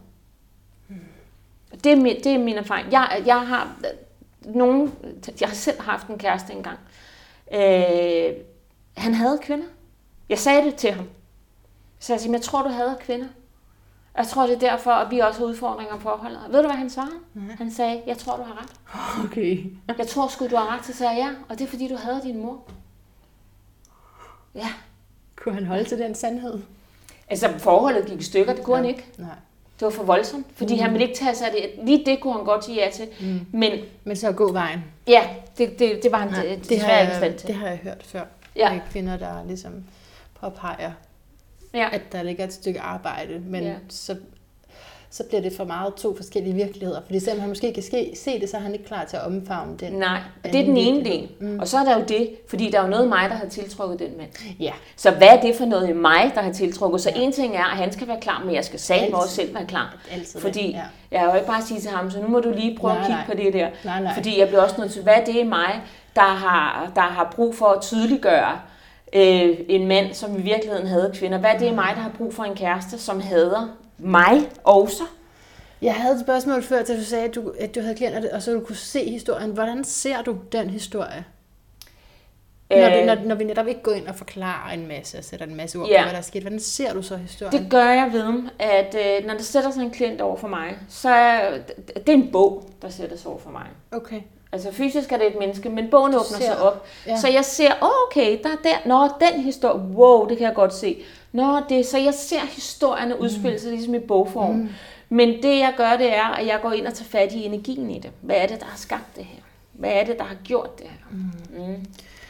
Speaker 2: Det er min erfaring. Jeg har selv haft en kæreste engang. Han havde kvinder. Jeg sagde det til ham. Så jeg sagde, jeg tror, du hader kvinder. Jeg tror, det er derfor, at vi også har udfordringer om forholdet. Ved du, hvad han svarede? Han sagde, jeg tror, du har ret.
Speaker 1: Okay.
Speaker 2: Jeg tror sgu, du har ret. Så sagde jeg, ja, og det er fordi, du hader din mor. Ja.
Speaker 1: Kunne han holde til den sandhed?
Speaker 2: Altså, forholdet gik i stykker, det kunne han ikke.
Speaker 1: Nej.
Speaker 2: Det var for voldsomt, fordi han ville ikke tage sig af det. Lige det kunne han godt sige ja til.
Speaker 1: Men så gå vejen.
Speaker 2: Ja, det var han desværre ikke stand til.
Speaker 1: Det har jeg hørt før.
Speaker 2: Ja.
Speaker 1: Med kvinder, der ligesom påpeger, at der ligger et stykke arbejde, men så bliver det for meget 2 forskellige virkeligheder. Fordi selvom han måske kan se det, så er han ikke klar til at omfavne den.
Speaker 2: Nej, det er den ene del. Og så er der jo det, fordi der er jo noget i mig, der har tiltrukket den mand.
Speaker 1: Ja.
Speaker 2: Så hvad er det for noget i mig, der har tiltrukket? Så en ting er, at han skal være klar, men jeg skal satme også selv være klar.
Speaker 1: Altid.
Speaker 2: Fordi jeg har jo ikke bare sige til ham, så nu må du lige prøve at kigge på det der.
Speaker 1: Nej.
Speaker 2: Fordi jeg bliver også nødt til, hvad er det i mig, der har brug for at tydeliggøre en mand, som i virkeligheden hader kvinder. Hvad er det i mig, der har brug for en kæreste, som hader mig også? Jeg
Speaker 1: havde et spørgsmål før, til du sagde, at du havde klienter, og så du kunne se historien. Hvordan ser du den historie? Når vi netop ikke går ind og forklarer en masse, og sætter en masse ord på, hvad der er sket. Hvordan ser du så historien?
Speaker 2: Det gør jeg ved, at når der sætter sig en klient over for mig, så det er en bog, der sætter sig over for mig.
Speaker 1: Okay.
Speaker 2: Altså fysisk er det et menneske, men bogen åbner sig op. Ja. Så jeg ser, okay, der er der, den historie, wow, det kan jeg godt se. Så jeg ser historierne udspille sig ligesom i bogform. Men det jeg gør, det er, at jeg går ind og tager fat i energien i det. Hvad er det, der har skabt det her? Hvad er det, der har gjort det her?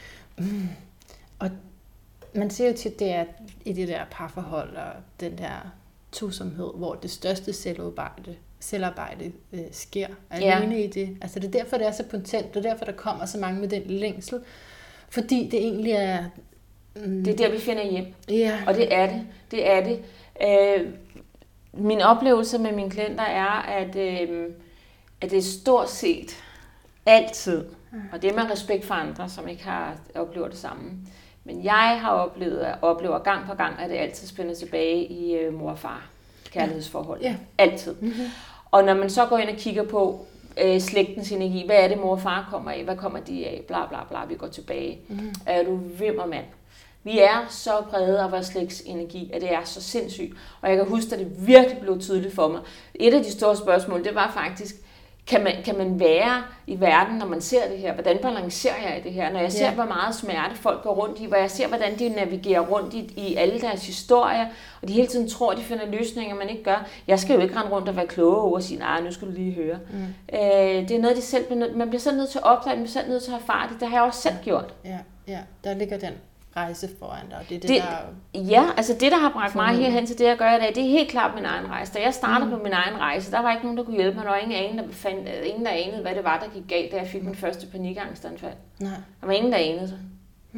Speaker 1: Og man ser jo tit, det er i det der parforhold og den der tosomhed, hvor det største selvarbejde sker alene i det. Altså det er derfor, det er så potent, det er derfor, der kommer så mange med den længsel. Fordi det egentlig er...
Speaker 2: Det er der, vi finder hjem.
Speaker 1: Ja.
Speaker 2: Og det er det. Det er det. Min oplevelse med mine klienter er, at det er stort set altid, og det er med respekt for andre, som ikke har oplevet det samme, men jeg har oplever gang på gang, at det altid spænder tilbage i mor og far kærlighedsforhold. Ja. Altid. Og når man så går ind og kigger på slægtens energi, hvad er det mor og far kommer af, hvad kommer de af, bla bla bla, vi går tilbage. Er du vimmermand? Vi er så præget af vores slægts energi, at det er så sindssygt. Og jeg kan huske, at det virkelig blev tydeligt for mig. Et af de store spørgsmål, det var faktisk, kan man være i verden, når man ser det her? Hvordan balancerer jeg i det her? Når jeg ser, hvor meget smerte folk går rundt i, hvor jeg ser, hvordan de navigerer rundt i alle deres historier, og de hele tiden tror, at de finder løsninger, man ikke gør. Jeg skal jo ikke rende rundt og være kloge over og sige, nej, nu skal du lige høre. Det er noget, de selv man bliver selv nødt til at opdage, man bliver selv nødt til at erfare det. Det har jeg også selv gjort.
Speaker 1: Ja, der ligger den rejse foran dig.
Speaker 2: Det der har bragt mig herhen til det, jeg gør i dag, det er helt klart min egen rejse. Da jeg startede på min egen rejse, der var ikke nogen, der kunne hjælpe mig. Der var ingen, der anede, hvad det var, der gik galt, da jeg fik min første panikangstanfald. Nej. Der var ingen, der anede det.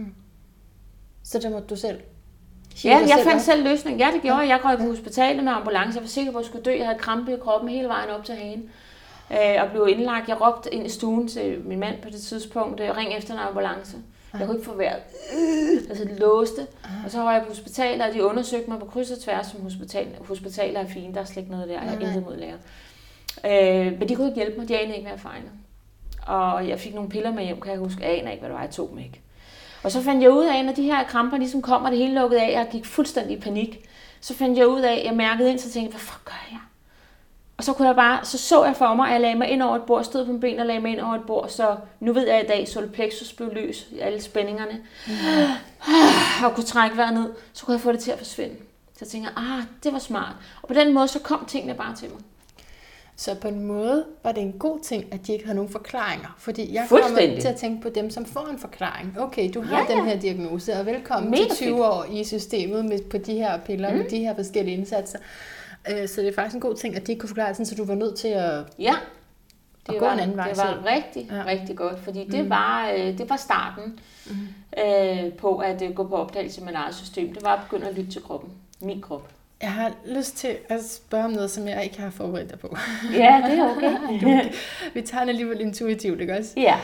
Speaker 1: Så det måtte du selv?
Speaker 2: Ja, jeg fandt selv løsning. Ja, det gjorde jeg. Jeg går på hospitalet med ambulance. Jeg var sikker på, at jeg skulle dø. Jeg havde krampe i kroppen hele vejen op til hagen. Og blev indlagt. Jeg råbte ind i stuen til min mand på det tidspunkt. Ring efter en ambulance. Jeg kunne ikke få vejret. Altså det låste. Og så var jeg på hospitalet, og de undersøgte mig på kryds og tværs, som hospitaler er fine. Der er slet ikke noget der. Jeg har intet mod læger. Men de kunne ikke hjælpe mig. De anede ikke, hvad jeg fejlede. Og jeg fik nogle piller med hjem, kan jeg huske. Jeg aner ikke, hvad det var. Jeg tog dem ikke. Og så fandt jeg ud af, når de her kramper ligesom kom, og det hele lukkede af, jeg gik fuldstændig i panik. Så fandt jeg ud af, jeg mærkede ind, så tænkte jeg, hvad fuck gør jeg? Og så jeg for mig, at jeg lagde mig ind over et bord, stod på en ben og lagde mig ind over et bord, så nu ved jeg i dag, solar plexus blev løs i alle spændingerne. Og kunne trække vejret ned, så kunne jeg få det til at forsvinde. Så jeg tænkte, det var smart. Og på den måde, så kom tingene bare til mig.
Speaker 1: Så på en måde var det en god ting, at de ikke havde nogen forklaringer. Fordi jeg kommer til at tænke på dem, som får en forklaring. Okay, du har den her diagnose, og velkommen til 20 år i systemet på de her piller, med de her forskellige indsatser. Så det er faktisk en god ting, at de ikke kunne forklare sådan, så du var nødt til at gå en anden vej.
Speaker 2: Det var rigtig godt, fordi det var starten på at gå på opdagelse med eget system. Det var at begynde at lytte til kroppen, min krop.
Speaker 1: Jeg har lyst til at spørge om noget, som jeg ikke har forberedt dig på.
Speaker 2: Ja, det er okay.
Speaker 1: Vi tager den alligevel intuitivt, ikke også?
Speaker 2: Ja.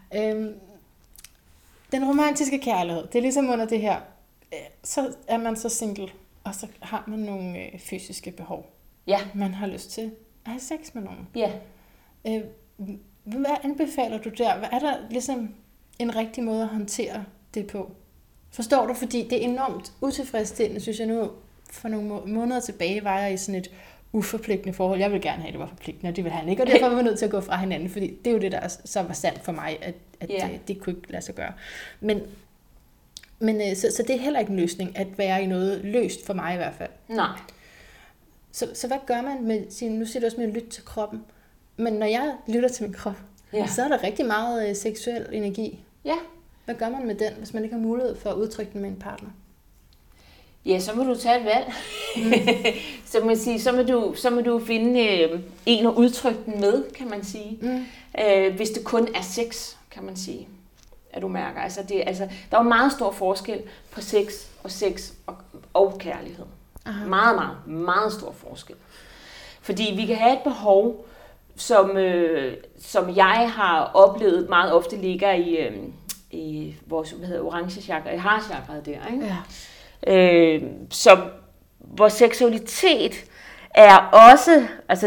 Speaker 1: Den romantiske kærlighed, det er ligesom under det her. Så er man så single, og så har man nogle fysiske behov.
Speaker 2: Ja.
Speaker 1: Man har lyst til at have sex med nogen.
Speaker 2: Ja.
Speaker 1: Hvad anbefaler du der? Hvad er der ligesom en rigtig måde at håndtere det på? Forstår du? Fordi det er enormt utilfredsstillende, synes jeg nu. For nogle måneder tilbage var jeg i sådan et uforpligtende forhold. Jeg vil gerne have, at det var forpligtende, og det vil han ikke. Og derfor var vi nødt til at gå fra hinanden, fordi det er jo det, der så var sandt for mig, at det kunne ikke lade sig gøre. Så det er heller ikke en løsning, at være i noget løst for mig i hvert fald.
Speaker 2: Nej.
Speaker 1: Så hvad gør man med sin, nu siger du også med at lytte til kroppen, men når jeg lytter til min krop, så er der rigtig meget seksuel energi.
Speaker 2: Ja.
Speaker 1: Hvad gør man med den, hvis man ikke har mulighed for at udtrykke den med en partner?
Speaker 2: Ja, så må du tage et valg. Så må du finde en at udtrykke den med, kan man sige. Hvis det kun er sex, kan man sige, at du mærker. Der er jo meget stor forskel på sex og kærlighed. Aha. Meget, meget, meget stor forskel. Fordi vi kan have et behov, som jeg har oplevet meget ofte ligger i vores orange chakra, i heart-chakraet der, ikke? Ja. Så vores seksualitet er også,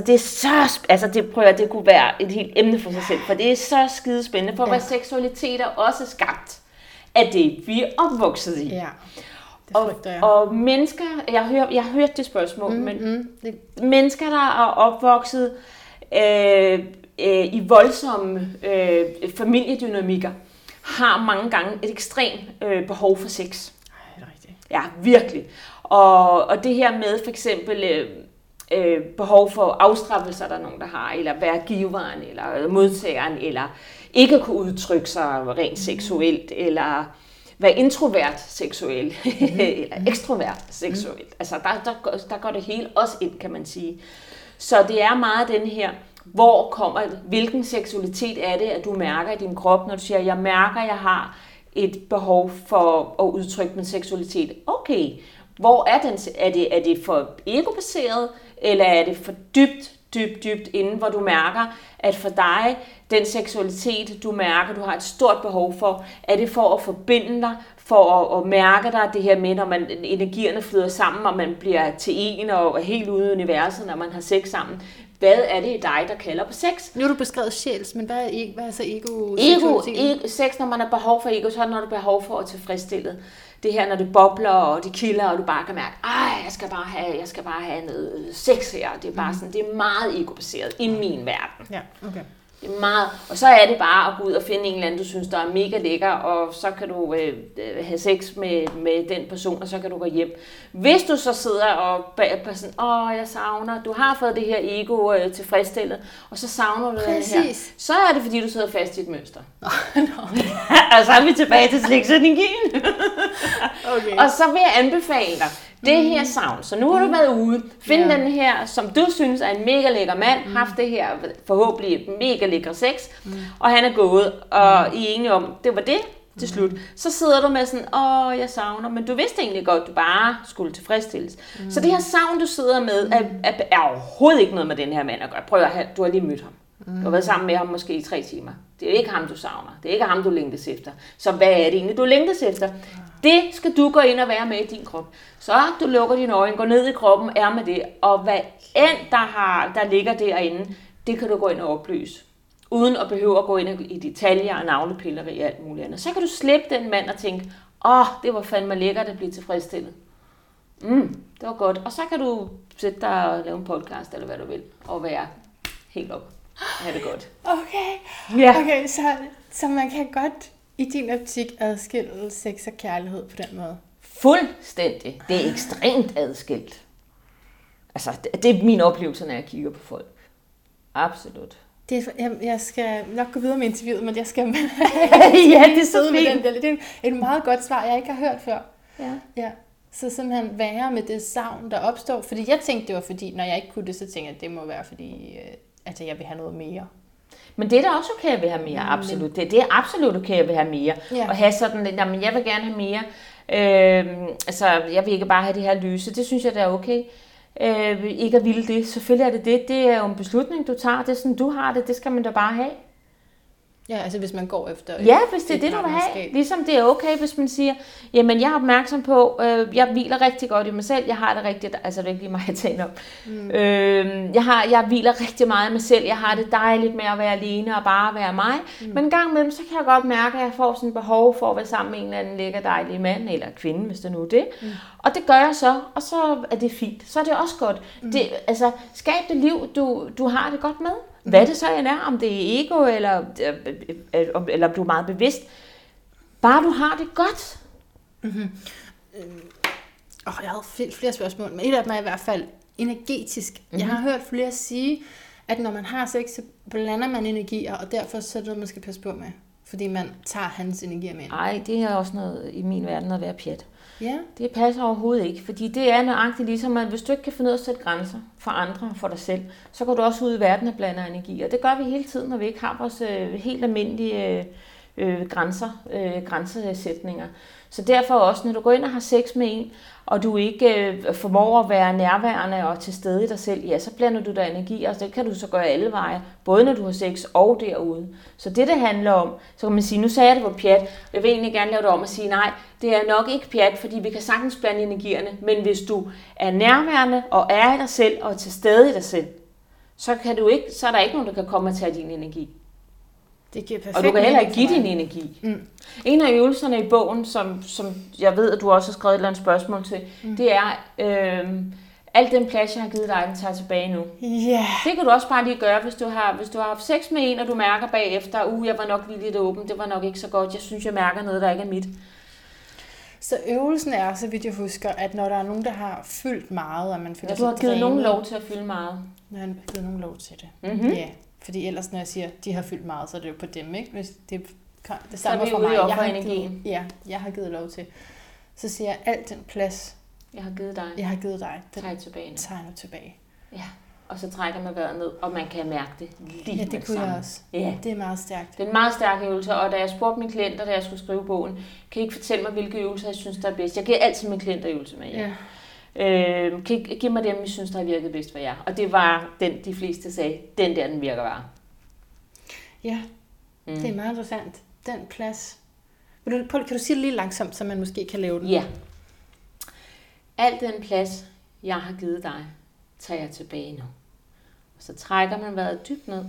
Speaker 2: det kunne være et helt emne for sig selv, for det er så skidespændende, for vores seksualitet er også skabt af det, vi er opvokset i. Ja, det frygter jeg. Og mennesker, jeg har hørt det spørgsmål, men mennesker, der er opvokset i voldsomme familiedynamikker, har mange gange et ekstremt behov for sex. Ja, virkelig. Og det her med for eksempel behov for afstraffelse, der er nogen, der har, eller være giveren, eller modtageren, eller ikke kunne udtrykke sig rent seksuelt, eller være introvert seksuel, eller ekstrovert seksuelt. Altså, der går det hele også ind, kan man sige. Så det er meget den her, hvilken seksualitet er det, at du mærker i din krop, når du siger, jeg mærker, jeg har et behov for at udtrykke min seksualitet. Okay, hvor er den? Er det for egobaseret, eller er det for dybt inde, hvor du mærker, at for dig, den seksualitet, du mærker, du har et stort behov for, er det for at forbinde dig, for at mærke dig det her med, når energierne flyder sammen, og man bliver til en og helt ude i universet, når man har sex sammen. hvad er det i dig, der kalder på sex?
Speaker 1: Nu har du beskrevet sjæls, men hvad er så ego?
Speaker 2: Sex, når man har behov for ego, så er det, når du har behov for at tilfredsstillet. Det her, når det bobler, og det kilder, og du bare kan mærke, jeg skal bare have noget sex her. Det er bare sådan, det er meget ego-baseret i min verden.
Speaker 1: Ja, okay.
Speaker 2: Det er meget, og så er det bare at gå ud og finde en eller anden, du synes, der er mega lækker, og så kan du have sex med den person, og så kan du gå hjem. Hvis du så sidder og sådan, jeg savner, du har fået det her ego tilfredsstillet, og så savner du det her, så er det, fordi du sidder fast i et mønster. Og så er vi tilbage til sliksenergien. Okay. Og så vil jeg anbefale dig, det her savn. Så nu har du været ude. Find den her, som du synes er en mega lækker mand. Haft det her forhåbentlig mega lækker sex. Og han er gået, og I er enige om, det var det til slut. Så sidder du med sådan, jeg savner. Men du vidste egentlig godt, du bare skulle tilfredsstilles. Så det her savn, du sidder med, er overhovedet ikke noget med den her mand at gøre. Prøv at have, du har lige mødt ham. Du har været sammen med ham måske i 3 timer. Det er ikke ham, du savner. Det er ikke ham, du længtes efter. Så hvad er det egentlig, du længtes efter? Det skal du gå ind og være med i din krop. Så du lukker dine øjne, går ned i kroppen, er med det. Og hvad end der ligger derinde, det kan du gå ind og oplyse. Uden at behøve at gå ind i detaljer og navlepilleri og alt muligt andet. Så kan du slippe den mand og tænke, det var fandme lækkert at blive tilfredsstillet. Det var godt. Og så kan du sætte dig og lave en podcast, eller hvad du vil, og være helt op. Ha' det godt.
Speaker 1: Okay. Ja. Okay, så man kan godt i din optik adskille sex og kærlighed på den måde?
Speaker 2: Fuldstændig. Det er ekstremt adskilt. Altså, det er min oplevelse, når jeg kigger på folk. Absolut.
Speaker 1: Jeg skal nok gå videre med interviewet, men jeg skal
Speaker 2: ja, det er så fint.
Speaker 1: Det er et meget godt svar, jeg ikke har hørt før. Ja. Så simpelthen være med det savn, der opstår. Fordi jeg tænkte, det var fordi, når jeg ikke kunne det, så tænkte jeg, at det må være fordi, at jeg vil have noget mere.
Speaker 2: Men det er da også okay, at vil have mere, absolut. Det er absolut okay, at vil have mere. Ja. Og have sådan lidt, men jeg vil gerne have mere. Jeg vil ikke bare have det her lyse. Det synes jeg, det er okay. Ikke at ville det. Selvfølgelig er det det. Det er jo en beslutning, du tager. Det er sådan, du har det. Det skal man da bare have.
Speaker 1: Ja, altså hvis man går efter
Speaker 2: hvis det er det, du vil have. Ligesom det er okay, hvis man siger, jamen jeg er opmærksom på, jeg hviler rigtig godt i mig selv, jeg har det rigtigt, altså det er ikke lige mig, jeg taler om. Jeg hviler rigtig meget i mig selv, jeg har det dejligt med at være alene og bare være mig. Men en gang imellem, så kan jeg godt mærke, at jeg får sådan et behov for at være sammen med en eller anden lækker dejlig mand, eller kvinde, hvis det nu er det. Og det gør jeg så, og så er det fint. Så er det også godt. Skab det liv, du har det godt med. Hvad det så end er, om det er ego, eller du er meget bevidst. Bare du har det godt.
Speaker 1: Jeg havde flere spørgsmål, men et af dem er i hvert fald energetisk. Jeg har hørt flere sige, at når man har sex, så blander man energier, og derfor så er det noget, man skal passe på med. Fordi man tager hans energier med.
Speaker 2: Nej, det er også noget i min verden at være pjat.
Speaker 1: Ja.
Speaker 2: Det passer overhovedet ikke, fordi det er nøjagtigt ligesom, at hvis du ikke kan finde ud af at sætte grænser for andre og for dig selv, så går du også ud i verden og blander energier. Det gør vi hele tiden, når vi ikke har vores helt almindelige grænsesætninger. Så derfor også, når du går ind og har sex med en, og du ikke formår at være nærværende og til stede i dig selv, ja, så blander du dig energi, og det kan du så gøre alle veje, både når du har sex og derude. Så det handler om, så kan man sige, nu sagde jeg det på pjat, jeg vil egentlig gerne lave det om og sige, nej, det er nok ikke pjat, fordi vi kan sagtens blande energierne, men hvis du er nærværende og er i dig selv og er til stede i dig selv, så er der ikke nogen, der kan komme og tage din energi.
Speaker 1: Det giver perfekt.
Speaker 2: Og du kan heller ikke give din energi. En af øvelserne i bogen, som jeg ved, at du også har skrevet et eller andet spørgsmål til, det er, al den plads, jeg har givet dig, den tager tilbage nu.
Speaker 1: Yeah.
Speaker 2: Det kan du også bare lige gøre, hvis du har haft sex med en, og du mærker bagefter, jeg var nok lige lidt åben, det var nok ikke så godt, jeg synes, jeg mærker noget, der ikke er mit.
Speaker 1: Så øvelsen er, så vidt jeg husker, at når der er nogen, der har fyldt meget, og man føler sig
Speaker 2: du har givet nogen lov til at fylde meget.
Speaker 1: Når han har givet nogen lov til det. Ja, fordi ellers, når jeg siger, at de har fyldt meget, så er det jo på dem, ikke? Hvis det stammer fra mig. Jeg har givet lov til. Så siger jeg, al den plads,
Speaker 2: jeg har givet dig,
Speaker 1: den
Speaker 2: tager tilbage nu.
Speaker 1: Tager nu tilbage.
Speaker 2: Ja, og så trækker man vejret ned, og man kan mærke det lige.
Speaker 1: Ja, det kunne jeg også. Ja. Det er meget stærkt.
Speaker 2: Det er en meget stærk øvelse, og da jeg spurgte mine klienter, da jeg skulle skrive bogen, kan I ikke fortælle mig, hvilke øvelser jeg synes, der er bedst? Jeg giver altid mine klienter øvelser med jer. Ja. Giv mig dem, I synes, der har virket bedst for jer. Og det var den, de fleste sagde, den virker bare.
Speaker 1: Ja, det er meget interessant. Den plads. Kan du sige det lige langsomt, så man måske kan lave den?
Speaker 2: Ja. Al den plads, jeg har givet dig, tager jeg tilbage nu. Så trækker man vejret dybt ned.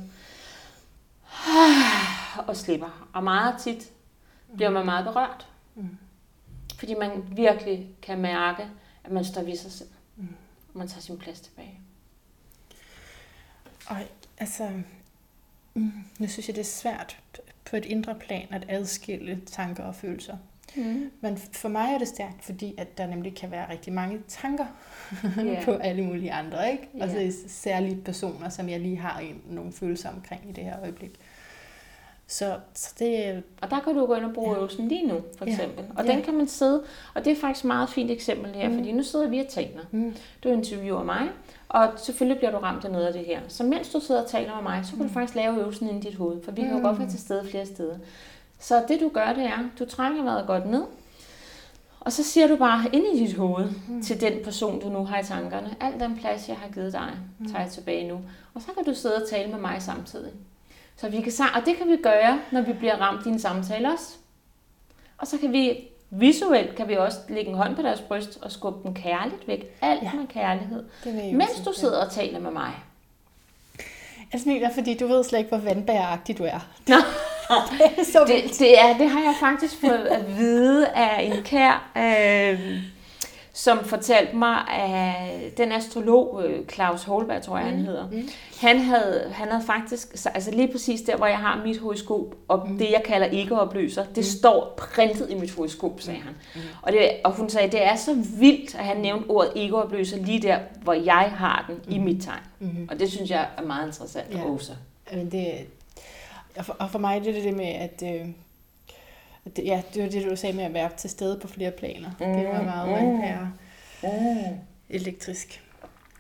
Speaker 2: Og slipper. Og meget tit bliver man meget berørt. Fordi man virkelig kan mærke, at man står ved sig selv. Og man tager sin plads tilbage.
Speaker 1: Og altså, nu synes jeg, det er svært på et indre plan at adskille tanker og følelser. Men for mig er det stærkt, fordi at der nemlig kan være rigtig mange tanker på alle mulige andre, ikke? Altså særlige personer, som jeg lige har nogle følelser omkring i det her øjeblik. Så det... Og
Speaker 2: der kan du gå ind og bruge øvelsen lige nu, for eksempel. Og den kan man sidde, og det er faktisk et meget fint eksempel her, fordi nu sidder vi og taler. Du interviewer mig, og selvfølgelig bliver du ramt af noget af det her. Så mens du sidder og taler med mig, så kan du faktisk lave øvelsen inde i dit hoved, for vi kan jo godt være til stede flere steder. Så det du gør, det er, du trækker vejret godt ned, og så siger du bare ind i dit hoved til den person, du nu har i tankerne, al den plads, jeg har givet dig, tager jeg tilbage nu. Og så kan du sidde og tale med mig samtidig. Så vi kan, og det kan vi gøre, når vi bliver ramt i en samtale også. Og så kan vi visuelt kan vi også lægge en hånd på deres bryst og skubbe dem kærligt væk. Alt med kærlighed. Mens du sidder og taler med mig.
Speaker 1: Jeg smiler, fordi du ved slet ikke, hvor vandbæragtig du er.
Speaker 2: Nå. Det har jeg faktisk fået at vide af en kær, som fortalte mig, at den astrolog, Claus Holberg, tror jeg, han hedder, han havde faktisk, altså lige præcis der, hvor jeg har mit horoskop, og det, jeg kalder ego-opløser, det står printet i mit horoskop, sagde han. Og hun sagde, det er så vildt, at han nævnte ordet ego-opløser lige der, hvor jeg har den i mit tegn. Og det synes jeg er meget interessant også.
Speaker 1: Og for mig det er det med, at det var det, du sagde med at være til stede på flere planer. Det var meget elektrisk.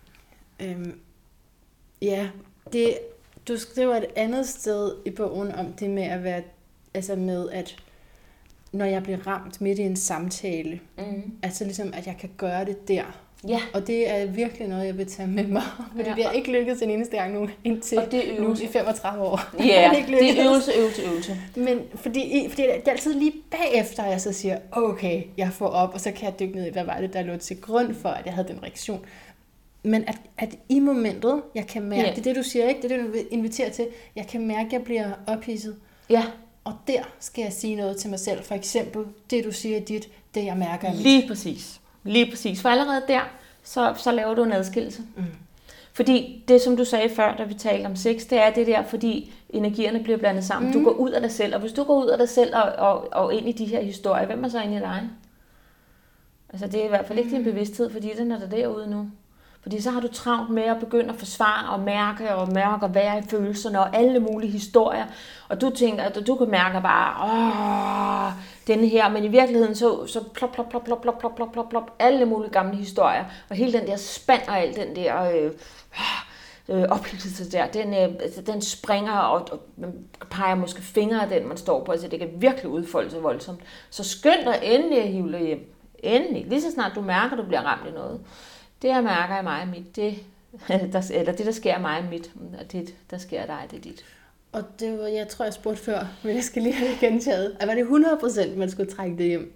Speaker 1: Du skriver et andet sted i bogen om det med at være, altså med at når jeg bliver ramt midt i en samtale, altså ligesom at jeg kan gøre det der.
Speaker 2: Ja.
Speaker 1: Og det er virkelig noget, jeg vil tage med mig. Fordi det har ikke lykkedes en eneste gang nu, indtil nu i 35 år.
Speaker 2: Ja, det er øvelse.
Speaker 1: Men fordi det er altid lige bagefter, jeg så siger, okay, jeg får op, og så kan jeg dykke ned i, hvad var det, der lå til grund for, at jeg havde den reaktion. Men at i momentet, jeg kan mærke, det er det, du siger, ikke? Det er det, du inviterer til. Jeg kan mærke, at jeg bliver ophidset.
Speaker 2: Ja.
Speaker 1: Og der skal jeg sige noget til mig selv. For eksempel, det du siger dit, det jeg mærker mit.
Speaker 2: Lige præcis. For allerede der, så laver du en adskillelse. Fordi det, som du sagde før, da vi talte om sex, det er det der, fordi energierne bliver blandet sammen. Du går ud af dig selv, og hvis du går ud af dig selv og ind i de her historier, hvem er så inde i dig? Altså det er i hvert fald ikke din bevidsthed, fordi den er der derude nu. Fordi så har du travlt med at begynde at forsvare og mærke og være i følelserne og alle mulige historier. Og du tænker, at du kan mærke bare, denne her, men i virkeligheden så plop, alle mulige gamle historier. Og hele den der spand og al den der oplevelse der, den springer, og man peger måske fingre af den, man står på, så det kan virkelig udfolde sig voldsomt. Så skynd dig endelig at hive dig hjem. Endelig. Lige så snart du mærker, at du bliver ramt i noget. Det, jeg mærker i mig og mit, det der sker i mig og mit, og det, der sker dig, det er dit.
Speaker 1: Og det var, jeg tror, jeg spurgte før, men jeg skal lige have det gentaget. Var det 100%, man skulle trække det hjem?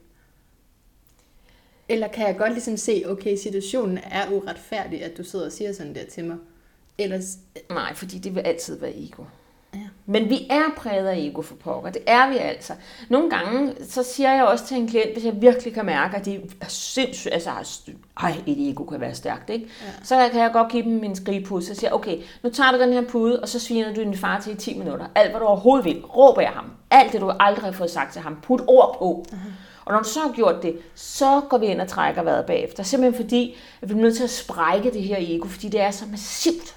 Speaker 1: Eller kan jeg godt ligesom se, okay, situationen er uretfærdig, at du sidder og siger sådan der til mig? Ellers...
Speaker 2: Nej, fordi det vil altid være ego. Ja. Men vi er præget af ego for pokker. Det er vi altså. Nogle gange, så siger jeg også til en klient, hvis jeg virkelig kan mærke, at de er sindssygt, altså, et ego kan være stærkt, ikke? Ja. Så kan jeg godt give dem min skrigepude, så siger jeg, okay, nu tager du den her pude, og så sviner du din far til i 10 minutter. Alt, hvad du overhovedet vil, råber jeg ham. Alt det, du aldrig har fået sagt til ham, put ord på. Og når du så har gjort det, så går vi ind og trækker vejret bagefter. Simpelthen fordi, at vi er nødt til at sprække det her ego, fordi det er så massivt.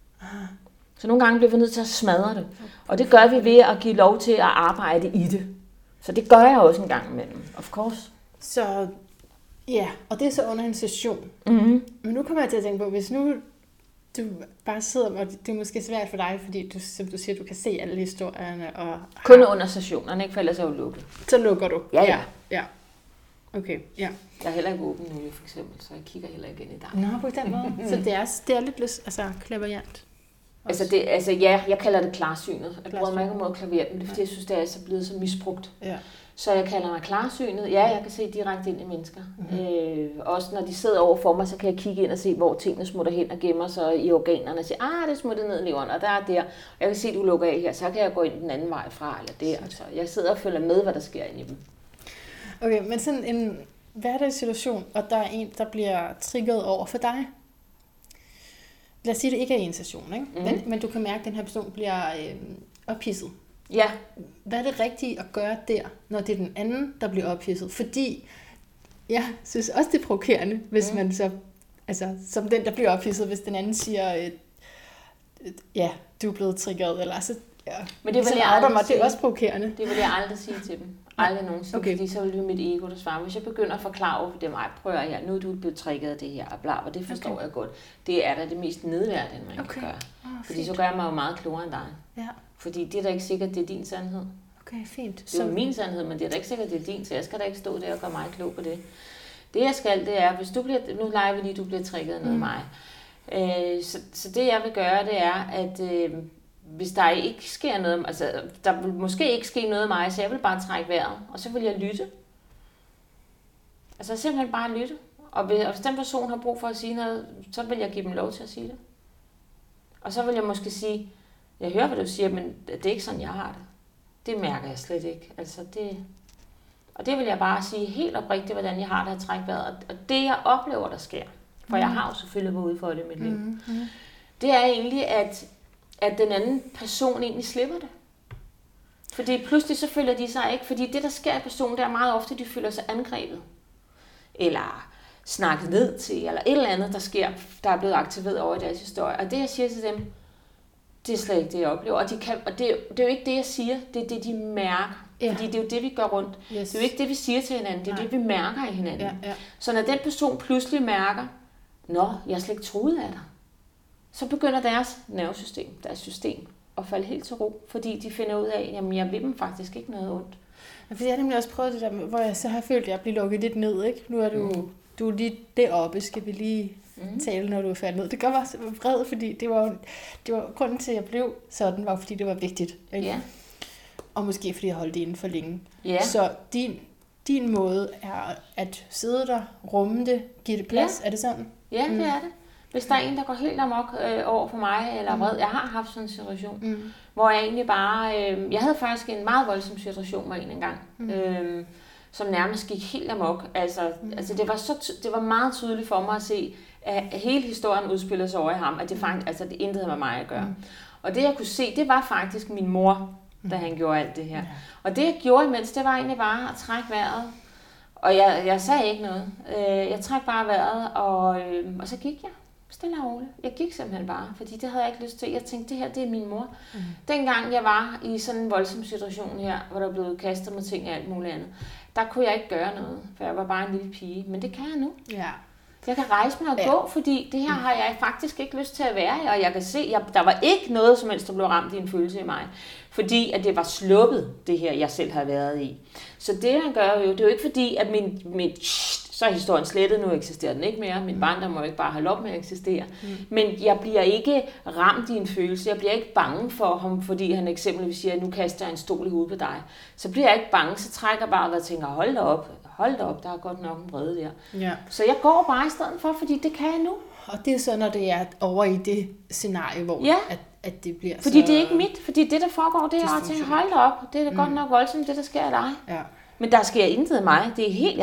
Speaker 2: Så nogle gange bliver vi nødt til at smadre det. Og det gør vi ved at give lov til at arbejde i det. Så det gør jeg også en gang imellem, of course.
Speaker 1: Så ja, og det er så under en session. Men nu kommer jeg til at tænke på, hvis nu du bare sidder, og det er måske svært for dig, fordi du, som du siger, du kan se alle historierne. Og
Speaker 2: kun under sessionerne, ikke? For ellers er jo lukket.
Speaker 1: Så lukker du?
Speaker 2: Ja.
Speaker 1: Okay, ja.
Speaker 2: Jeg er heller ikke åben nu, for eksempel, så jeg kigger heller igen i dig.
Speaker 1: Nå, på den måde. Så det er lidt klaverjant.
Speaker 2: Altså, jeg kalder det klarsynet. Jeg bruger mig ikke om ordet klaverjant, men det er fordi, jeg synes, det er så blevet så misbrugt.
Speaker 1: Ja.
Speaker 2: Så jeg kalder mig klarsynet. Ja, jeg kan se direkte ind i mennesker. Også når de sidder over for mig, så kan jeg kigge ind og se, hvor tingene smutter hen og gemmer sig i organerne. Og sige, det er smuttet ned i leveren, og der er der. Og jeg kan se, at du lukker af her, så kan jeg gå ind den anden vej fra, eller der. Så jeg sidder og følger med, hvad der sker inde i dem.
Speaker 1: Okay, men sådan en hverdagssituation, og der er en, der bliver triggeret over for dig. Lad os sige, at det ikke er en session, ikke? Men du kan mærke, at den her person bliver ophidset.
Speaker 2: Ja.
Speaker 1: Hvad er det rigtige at gøre der, når det er den anden, der bliver ophidset? Fordi jeg synes også, det er provokerende, hvis man så, altså som den, der bliver ophidset, hvis den anden siger, du er blevet triggeret, eller så,
Speaker 2: men det vil jeg aldrig sige.
Speaker 1: Det er også provokerende.
Speaker 2: Det vil jeg aldrig sige til dem. Aldrig nogensinde, fordi så vil det mit ego, der svarer. Hvis jeg begynder at forklare over for dem, prøv at her, nu er du blevet trigget af det her, og bla, og det forstår jeg godt. Det er da det mest nedværdige, man kan gøre. Fordi så gør jeg mig jo meget klogere end dig. Ja. Fordi det er da ikke sikkert, det er din sandhed.
Speaker 1: Okay, fint.
Speaker 2: Det er jo min sandhed, men det er da ikke sikkert, det er din, så jeg skal da ikke stå der og gøre mig klog på det. Det jeg skal, det er, hvis du bliver, nu leger vi lige, du bliver trigget ned af mig. Så det jeg vil gøre, det er, at hvis der ikke sker noget, altså der vil måske ikke ske noget af mig, så jeg vil bare trække vejret, og så vil jeg lytte. Altså simpelthen bare lytte. Og hvis den person har brug for at sige noget, så vil jeg give dem lov til at sige det. Og så vil jeg måske sige, jeg hører, hvad du siger, men det er ikke sådan, jeg har det. Det mærker jeg slet ikke. Altså og det vil jeg bare sige helt oprigtigt, hvordan jeg har det at trække vejret. Og det jeg oplever, der sker, for jeg har jo selvfølgelig været ude for det i mit liv, det er egentlig, at den anden person egentlig slipper det. Fordi pludselig så føler de sig ikke, fordi det der sker i personen, der er meget ofte, de føler sig angrebet. Eller snakket ned til, eller et eller andet, der sker, der er blevet aktiveret over i deres historie. Og det jeg siger til dem, det er slet ikke det, jeg oplever. Og det er jo ikke det, jeg siger, det er det, de mærker. Ja. Fordi det er jo det, vi gør rundt. Yes. Det er jo ikke det, vi siger til hinanden, det er det, vi mærker i hinanden. Ja. Så når den person pludselig mærker, jeg er slet ikke truet af dig, så begynder deres nervesystem, deres system, at falde helt til ro, fordi de finder ud af, at jeg vil dem faktisk ikke noget ondt.
Speaker 1: Ja, fordi jeg har nemlig også prøvet det der, hvor jeg så har følt, at jeg bliver lukket lidt ned, ikke? Nu er du er lige deroppe, skal vi lige tale, når du er faldet ned. Det gør mig også vred, fordi det var grunden til, at jeg blev sådan, var fordi det var vigtigt. Ikke? Ja. Og måske fordi jeg holdt det inden for længe. Ja. Så din måde er at sidde der, rumme det, give det plads. Ja. Er det sådan?
Speaker 2: Ja, det er det. Hvis der er en, der går helt amok over for mig, eller vred. Jeg har haft sådan en situation, hvor jeg egentlig bare... jeg havde faktisk en meget voldsom situation med en gang, som nærmest gik helt amok. Altså det var meget tydeligt for mig at se, at hele historien udspiller sig over i ham, at det faktisk, altså det intet havde med mig at gøre. Og det jeg kunne se, det var faktisk min mor, da han gjorde alt det her. Og det jeg gjorde imens, det var egentlig bare at trække vejret. Og jeg sagde ikke noget. Jeg trak bare vejret, og så gik jeg. Stille og roligt. Jeg gik simpelthen bare, fordi det havde jeg ikke lyst til. Jeg tænkte, det her, det er min mor. Dengang jeg var i sådan en voldsom situation her, hvor der blev kastet med ting og alt muligt andet, der kunne jeg ikke gøre noget, for jeg var bare en lille pige. Men det kan jeg nu. Ja. Jeg kan rejse mig og gå, fordi det her har jeg faktisk ikke lyst til at være i, og jeg kan se, der var ikke noget som helst, der blev ramt i en følelse i mig. Fordi at det var sluppet, det her, jeg selv har været i. Så det jeg gør jo, det er jo ikke fordi, at så er historien slettet, nu eksisterer den ikke mere. Min barndom må ikke bare holde op med at eksistere. Men jeg bliver ikke ramt i en følelse. Jeg bliver ikke bange for ham, fordi han eksempelvis siger, at nu kaster jeg en stol i hovedet på dig. Så bliver jeg ikke bange, så trækker jeg bare og tænker, hold da op, der er godt nok en brede der. Ja. Så jeg går bare i stedet for, fordi det kan jeg nu.
Speaker 1: Og det er så, når det er over i det scenarie, hvor at det bliver
Speaker 2: fordi så... det er ikke mit, fordi det, der foregår, det er at tænke, hold da op, det er da godt nok voldsomt, det der sker i dig. Ja. Men der sker intet i mig, det er helt...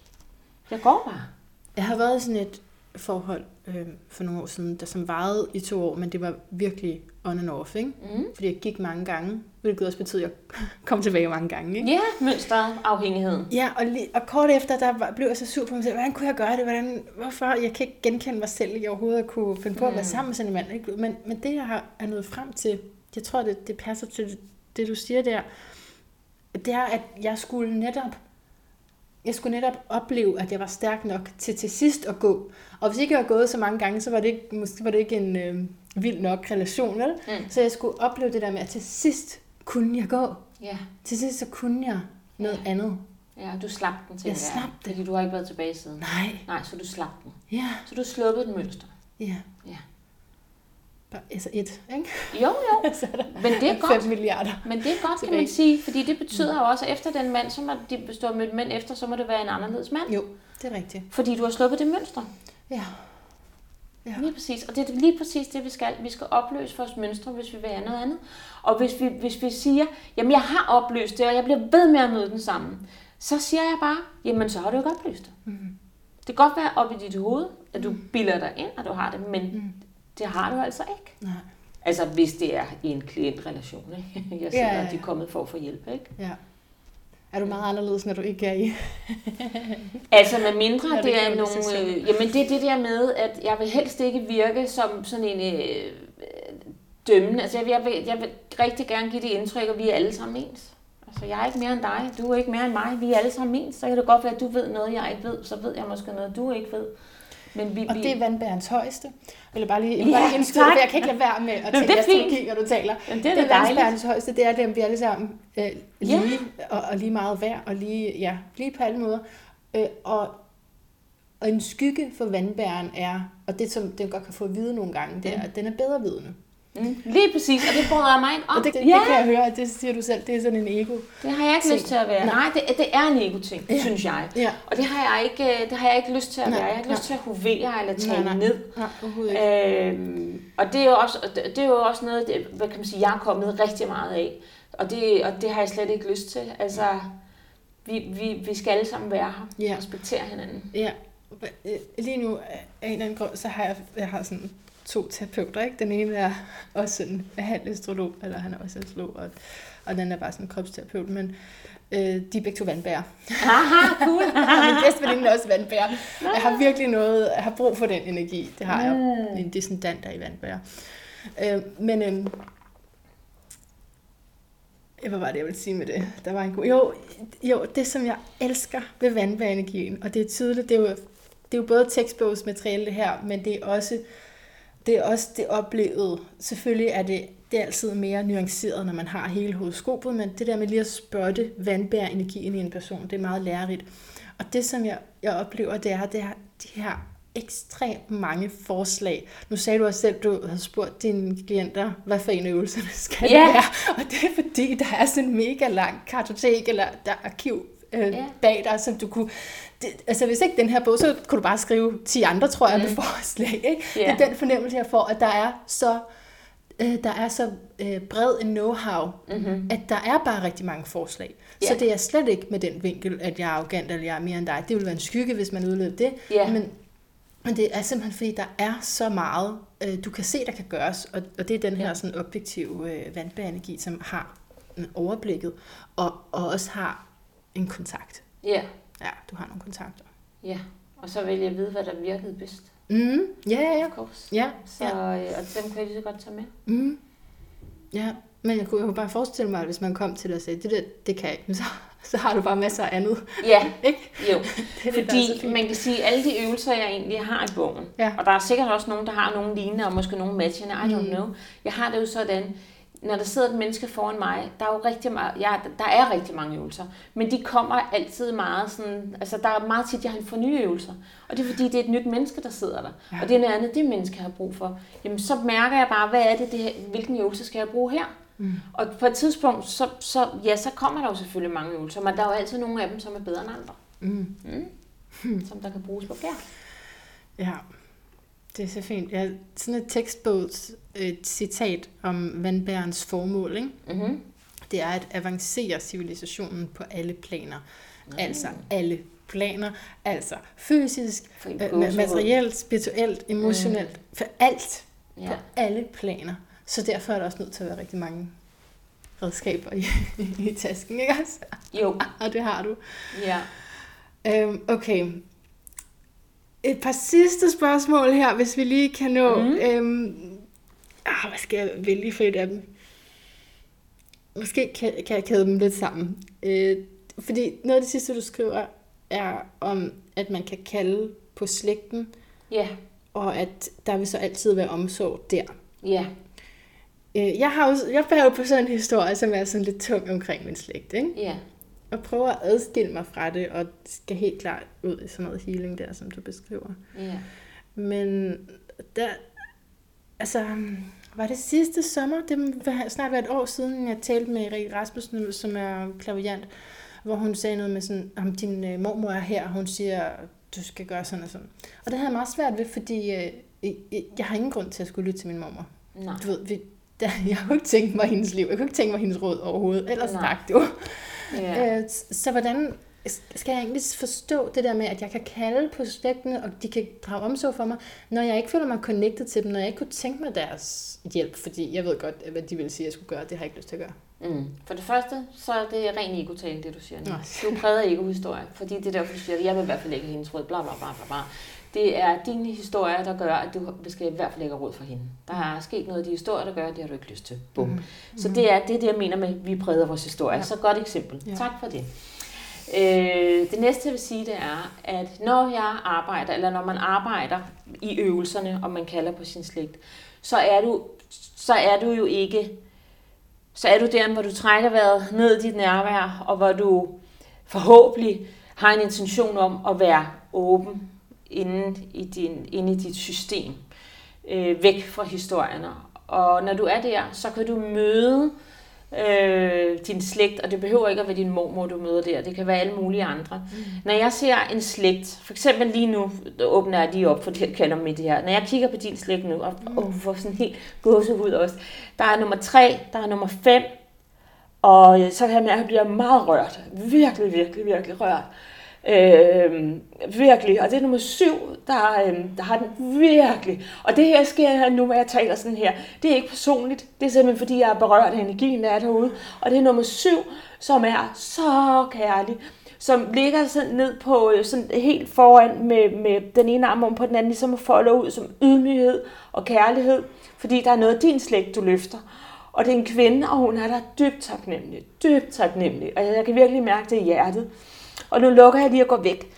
Speaker 2: Jeg går bare.
Speaker 1: Jeg har været i sådan et forhold for nogle år siden, der som varede i 2 år, men det var virkelig on and off, ikke? Fordi jeg gik mange gange, hvilket også betyder, at jeg kom tilbage mange gange, ikke?
Speaker 2: Ja, mønsterafhængigheden.
Speaker 1: Ja, og kort efter, der blev jeg så sur på mig selv. Hvordan kunne jeg gøre det? Hvorfor? Jeg kan ikke genkende mig selv, jeg overhovedet kunne finde på at være sammen med sådan en mand, ikke? Men det, jeg er nået frem til, jeg tror, det passer til det, du siger der, det er, at jeg skulle netop opleve, at jeg var stærk nok til sidst at gå. Og hvis ikke jeg var gået så mange gange, så var det ikke en vild nok relation, vel? Så jeg skulle opleve det der med, at til sidst kunne jeg gå. Ja. Til sidst så kunne jeg noget andet.
Speaker 2: Ja, du slap den til.
Speaker 1: Jeg slap det.
Speaker 2: Fordi du har ikke været tilbage siden.
Speaker 1: Nej.
Speaker 2: Nej, så du slap den.
Speaker 1: Ja.
Speaker 2: Så du sluppede et mønster.
Speaker 1: Ja. Altså 1, ikke?
Speaker 2: Jo.
Speaker 1: Så er der
Speaker 2: Men det er godt.
Speaker 1: 5 milliarder.
Speaker 2: Men det er godt, kan man sige, fordi det betyder jo også, at efter den mand, så må de bestå med mænd efter, så må det være en anderledes mand.
Speaker 1: Jo, det er rigtigt.
Speaker 2: Fordi du har sluppet det mønster.
Speaker 1: Ja.
Speaker 2: Lige præcis. Og det er lige præcis det, vi skal. Vi skal opløse vores mønstre, hvis vi vil have noget andet. Og hvis vi siger, jamen jeg har opløst det, og jeg bliver ved med at møde den samme, så siger jeg bare, jamen så har du ikke opløst det. Det kan godt være op i dit hoved, at du bilder dig ind, at du har det, men det har du altså ikke.
Speaker 1: Nej.
Speaker 2: Altså hvis det er i en klientrelation, ikke? Jeg siger, at de er kommet for at få hjælp, ikke?
Speaker 1: Ja. Er du meget anderledes, når du ikke er i?
Speaker 2: Altså med mindre, det er nogle... jamen det er det der med, at jeg vil helst ikke virke som sådan en dømmende. Altså jeg vil rigtig gerne give det indtryk, at vi er alle sammen ens. Altså jeg er ikke mere end dig, du er ikke mere end mig, vi er alle sammen ens. Så kan det godt være, at du ved noget, jeg ikke ved, så ved jeg måske noget, du ikke ved. Men
Speaker 1: og det er vandbærens højeste. Jeg vil bare lige indskyde, for jeg kan ikke lade være med at tænke astrologi, når du taler.
Speaker 2: Men
Speaker 1: det er vandbærens højeste, det er dem, vi alle sammen lige, og lige meget værd, og lige på alle måder. Og en skygge for vandbæren er, og det som den godt kan få at vide nogle gange, det er, at den er bedre vidende.
Speaker 2: Lige præcis, og det bryder jeg mig ikke om.
Speaker 1: Og det kan jeg høre, at det siger du selv, det er sådan en ego.
Speaker 2: Det har jeg ikke lyst til at være. Nej, det er en ego-ting, synes jeg. Ja. Og det har jeg ikke lyst til at være. Jeg har ikke lyst til at hovere eller tale ned. Og det er jo også noget, hvad kan man sige, jeg er kommet rigtig meget af. Og det har jeg slet ikke lyst til. Altså, vi skal alle sammen være her og respektere hinanden.
Speaker 1: Ja. Lige nu, af en eller anden grund, så har jeg har sådan 2 terapeuter, ikke? Den ene er også sådan halv astrolog, eller han er også astrolog, og den er bare sådan en kropsterapeut, men de er begge 2 vandbærer.
Speaker 2: Aha, cool.
Speaker 1: Min bedste veninde er også vandbærer. Jeg har virkelig jeg har brug for den energi, det har jeg jo. Det er sådan der i vandbærer. Men hvad var det, jeg ville sige med det? Der var en god... Jo, det som jeg elsker ved vandbærenergien, og det er tydeligt, det er jo både tekstbogsmateriale det her, men det er også det oplevede. Selvfølgelig er det er altid mere nuanceret, når man har hele horoskopet, men det der med lige at spotte vandbærenergien i en person, det er meget lærerigt. Og det, som jeg oplever, det er de her ekstremt mange forslag. Nu sagde du også selv, du havde spurgt dine klienter, hvad for en af øvelserne skal det være. Og det er fordi, der er sådan en mega lang kartotek eller der arkiv bag dig, som du kunne... altså hvis ikke den her bog, så kunne du bare skrive 10 andre, tror jeg, med forslag. Ikke? Det er den fornemmelse, jeg får, at der er så bred en know-how, at der er bare rigtig mange forslag. Så det er slet ikke med den vinkel, at jeg er arrogant, eller jeg er mere end dig. Det ville være en skygge, hvis man udlevede det. Men det er simpelthen, fordi der er så meget, du kan se, der kan gøres. Og det er den her sådan objektive vandbærenergi, som har overblikket, og også har en kontakt.
Speaker 2: Ja,
Speaker 1: du har nogle kontakter.
Speaker 2: Ja, og så vil jeg vide, hvad der virkede bedst.
Speaker 1: Ja.
Speaker 2: Så, og dem kan jeg lige så godt tage med.
Speaker 1: Ja, men jeg kunne bare forestille mig, at hvis man kom til dig og sagde, det kan jeg ikke, så har du bare masser af andet.
Speaker 2: Ja,
Speaker 1: ikke?
Speaker 2: Jo. Fordi man kan sige, at alle de øvelser, jeg egentlig har i bogen, og der er sikkert også nogen, der har nogle lignende, og måske nogle matchende, I don't know. Jeg har det jo sådan, når der sidder et menneske foran mig, der er jo rigtig mange øvelser, men de kommer altid meget sådan, altså der er meget tit, jeg har for nye øvelser, og det er fordi, det er et nyt menneske, der sidder der, og det er noget andet, det menneske har brug for. Jamen så mærker jeg bare, hvad er det hvilken øvelse skal jeg bruge her? Og på et tidspunkt, så kommer der jo selvfølgelig mange øvelser, men der er jo altid nogle af dem, som er bedre end andre, som der kan bruges på flere.
Speaker 1: Ja. Det er så fint. Ja, sådan et tekstbogs citat om vandbærens formål, ikke? Det er at avancere civilisationen på alle planer. Altså alle planer. Altså fysisk, materielt, spirituelt, emotionelt. For alt. På alle planer. Så derfor er der også nødt til at være rigtig mange redskaber i tasken, ikke også?
Speaker 2: Jo.
Speaker 1: Og det har du.
Speaker 2: Ja.
Speaker 1: Okay. Et par sidste spørgsmål her, hvis vi lige kan nå. Hvad skal jeg vælge for et af dem? Måske kan jeg kæde dem lidt sammen. Fordi noget af det sidste, du skriver, er om, at man kan kalde på slægten.
Speaker 2: Ja.
Speaker 1: Og at der vil så altid være omsorg der.
Speaker 2: Ja.
Speaker 1: Jeg bærer jo på sådan en historie, som er sådan lidt tung omkring min slægt, ikke?
Speaker 2: Ja.
Speaker 1: Og prøver at adskille mig fra det, og skal helt klart ud i sådan noget healing der, som du beskriver.
Speaker 2: Ja.
Speaker 1: Men der, altså, var det sidste sommer, det var snart været et år siden, jeg talte med Rikke Rasmussen, som er klaviant, hvor hun sagde noget med sådan, om din mormor er her, og hun siger, du skal gøre sådan og sådan. Og det havde jeg meget svært ved, fordi jeg har ingen grund til at skulle lytte til min mormor.
Speaker 2: Nej.
Speaker 1: Du ved, jeg kunne ikke tænke mig hendes liv, jeg kunne ikke tænke mig hendes råd overhovedet, ellers tak du. Ja. Så hvordan skal jeg egentlig forstå det der med, at jeg kan kalde på slægtene, og de kan drage omsorg for mig, når jeg ikke føler mig connected til dem, når jeg ikke kunne tænke mig deres hjælp, fordi jeg ved godt, hvad de vil sige, jeg skulle gøre, det har jeg ikke lyst til at gøre.
Speaker 2: For det første, så er det ren ego-tale, det du siger nu. Du præger ego-historie, fordi det er derfor, du siger, at jeg vil i hvert fald ikke have hendes råd, bla bla bla bla. Det er dine historier, der gør, at du skal i hvert fald ikke have råd for hende. Der er sket noget af de historier, der gør, at det har du ikke lyst til. Bum. Så det er det, jeg mener med, at vi præger vores historie. Så godt eksempel. Ja. Tak for det. Det næste, jeg vil sige, det er, at når jeg arbejder, eller når man arbejder i øvelserne, og man kalder på sin slægt, så er du jo ikke, så er du der, hvor du trækker vejret ned i dit nærvær, og hvor du forhåbentlig har en intention om at være åben inde i dit system, væk fra historierne. Og når du er der, så kan du møde din slægt, og det behøver ikke at være din mormor, du møder der. Det kan være alle mulige andre. Når jeg ser en slægt, for eksempel lige nu, åbner jeg lige op, for det kender mig det her. Når jeg kigger på din slægt nu, og får sådan helt gåsehud også, der er nummer 3, der er nummer 5, og så kan jeg mærke, at jeg bliver meget rørt. Virkelig, virkelig, virkelig rørt. Virkelig, og det er nummer 7, der har den virkelig, og det her sker her nu, hvor jeg taler sådan her, det er ikke personligt, det er simpelthen fordi jeg er berørt af energien, der er derude, og det er nummer 7, som er så kærlig, som ligger sådan ned på sådan helt foran med den ene arm om på den anden, ligesom at folde ud som ydmyghed og kærlighed, fordi der er noget af din slægt, du løfter. Og det er en kvinde, og hun er der dybt taknemmelig, og jeg kan virkelig mærke det i hjertet. Og nu lukker jeg lige at gå væk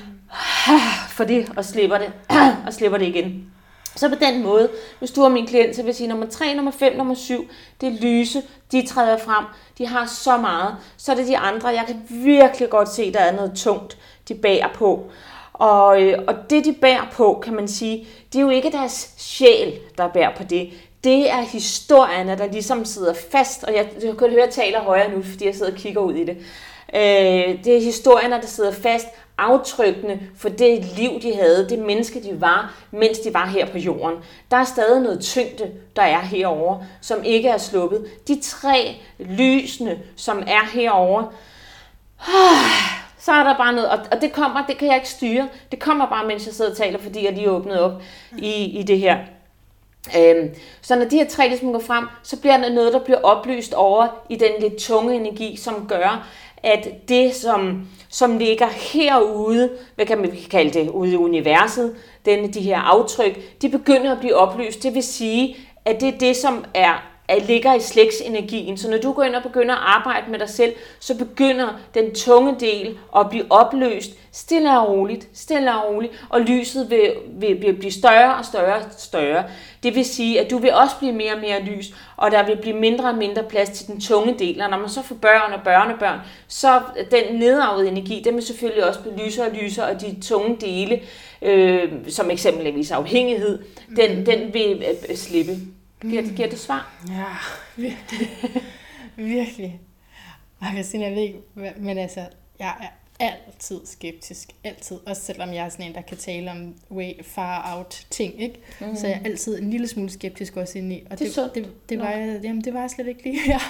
Speaker 2: for det, og slipper det igen. Så på den måde, hvis du er min klient, så vil jeg sige, nummer 3, nummer 5, nummer 7, det er lyse, de træder frem, de har så meget. Så er det de andre, jeg kan virkelig godt se, der er noget tungt, de bærer på. Og det, de bærer på, kan man sige, det er jo ikke deres sjæl, der bærer på det. Det er historierne, der ligesom sidder fast, og jeg kan høre, at jeg taler højere nu, fordi jeg sidder og kigger ud i det. Det er historierne, der sidder fast, aftrykkene for det liv, de havde, det menneske, de var, mens de var her på jorden. Der er stadig noget tyngde, der er herovre, som ikke er sluppet. De 3 lysene, som er herovre, så er der bare noget, og det kommer, det kan jeg ikke styre. Det kommer bare, mens jeg sidder og taler, fordi jeg lige åbnede op i det her. Så når de her 3 ligesom går frem, så bliver der noget, der bliver oplyst over i den lidt tunge energi, som gør, at det, som ligger herude, hvad kan man kalde det, ude i universet, de her aftryk, de begynder at blive oplyst. Det vil sige, at det er det, som ligger i slægtsenergien. Så når du går ind og begynder at arbejde med dig selv, så begynder den tunge del at blive opløst stille og roligt, og lyset vil blive større og større. Det vil sige, at du vil også blive mere og mere lys, og der vil blive mindre og mindre plads til den tunge del. Og når man så får børn og børnebørn, så den nedarvede energi, den vil selvfølgelig også blive lysere og lysere, og de tunge dele, som eksempelvis afhængighed, den vil slippe. Giver det svar?
Speaker 1: Ja, virkelig. Virkelig. Christine, jeg ved ikke, men altså, jeg er altid skeptisk. Altid. Også selvom jeg er sådan en, der kan tale om way far out ting, ikke? Så jeg er altid en lille smule skeptisk også indeni. Og det var jeg slet ikke lige her.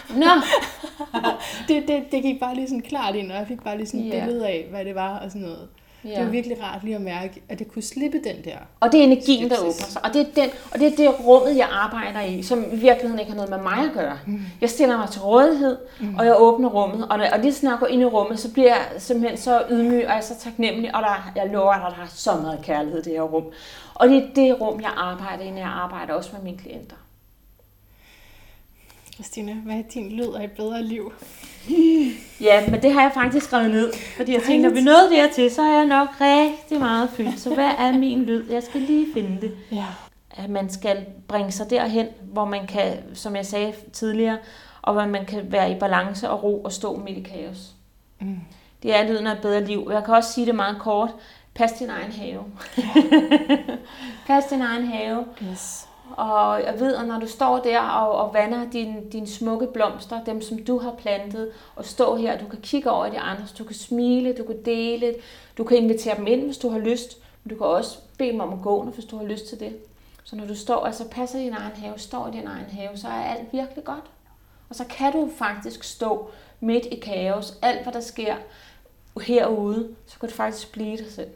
Speaker 1: Det gik bare lige sådan klart ind, og jeg fik bare lige sådan et billede af, hvad det var og sådan noget. Ja. Det var virkelig rart lige at mærke, at det kunne slippe den der.
Speaker 2: Og det er energien, der åbner sig. Og det er det rummet, jeg arbejder i, som i virkeligheden ikke har noget med mig at gøre. Jeg stiller mig til rådighed, og jeg åbner rummet. Og lige snart jeg går ind i rummet, så bliver jeg simpelthen så ydmyg, og jeg er så taknemmelig. Og jeg lover, at der er så meget kærlighed i det her rum. Og det er det rum, jeg arbejder i, når jeg arbejder også med mine klienter.
Speaker 1: Christine, hvad er din lyd af et bedre liv?
Speaker 2: Ja, men det har jeg faktisk skrevet ned, fordi jeg tænkte, når vi nåede dertil, så er jeg nok rigtig meget fyldt. Så hvad er min lyd? Jeg skal lige finde det.
Speaker 1: Ja.
Speaker 2: At man skal bringe sig derhen, hvor man kan, som jeg sagde tidligere, og hvor man kan være i balance og ro og stå midt i kaos. Det er lyden af et bedre liv. Jeg kan også sige det meget kort. Pas din egen have. Pas din egen have.
Speaker 1: Yes.
Speaker 2: Og jeg ved, at når du står der og vander dine smukke blomster, dem som du har plantet, og står her, du kan kigge over i de andre, du kan smile, du kan dele, du kan invitere dem ind, hvis du har lyst, men du kan også bede dem om at gå, hvis du har lyst til det. Så når du står, altså passer din egen have, står i din egen have, så er alt virkelig godt. Og så kan du faktisk stå midt i kaos, alt hvad der sker herude, så kan du faktisk blive dig selv.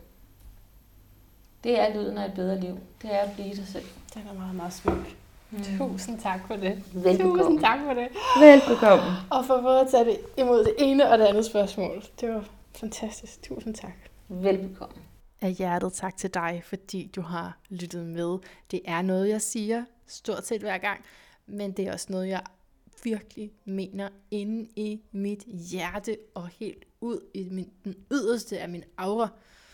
Speaker 2: Det er lyden af et bedre liv. Det er at blive dig selv.
Speaker 1: Den er meget, meget smuk. Tusind tak for det.
Speaker 2: Velbekomme.
Speaker 1: Tusind tak for det.
Speaker 2: Velbekomme.
Speaker 1: Og for både at tage det imod det ene og det andet spørgsmål. Det var fantastisk. Tusind tak.
Speaker 2: Velbekomme.
Speaker 1: Af hjertet tak til dig, fordi du har lyttet med. Det er noget, jeg siger stort set hver gang, men det er også noget, jeg virkelig mener inde i mit hjerte og helt ud i den yderste af min aura.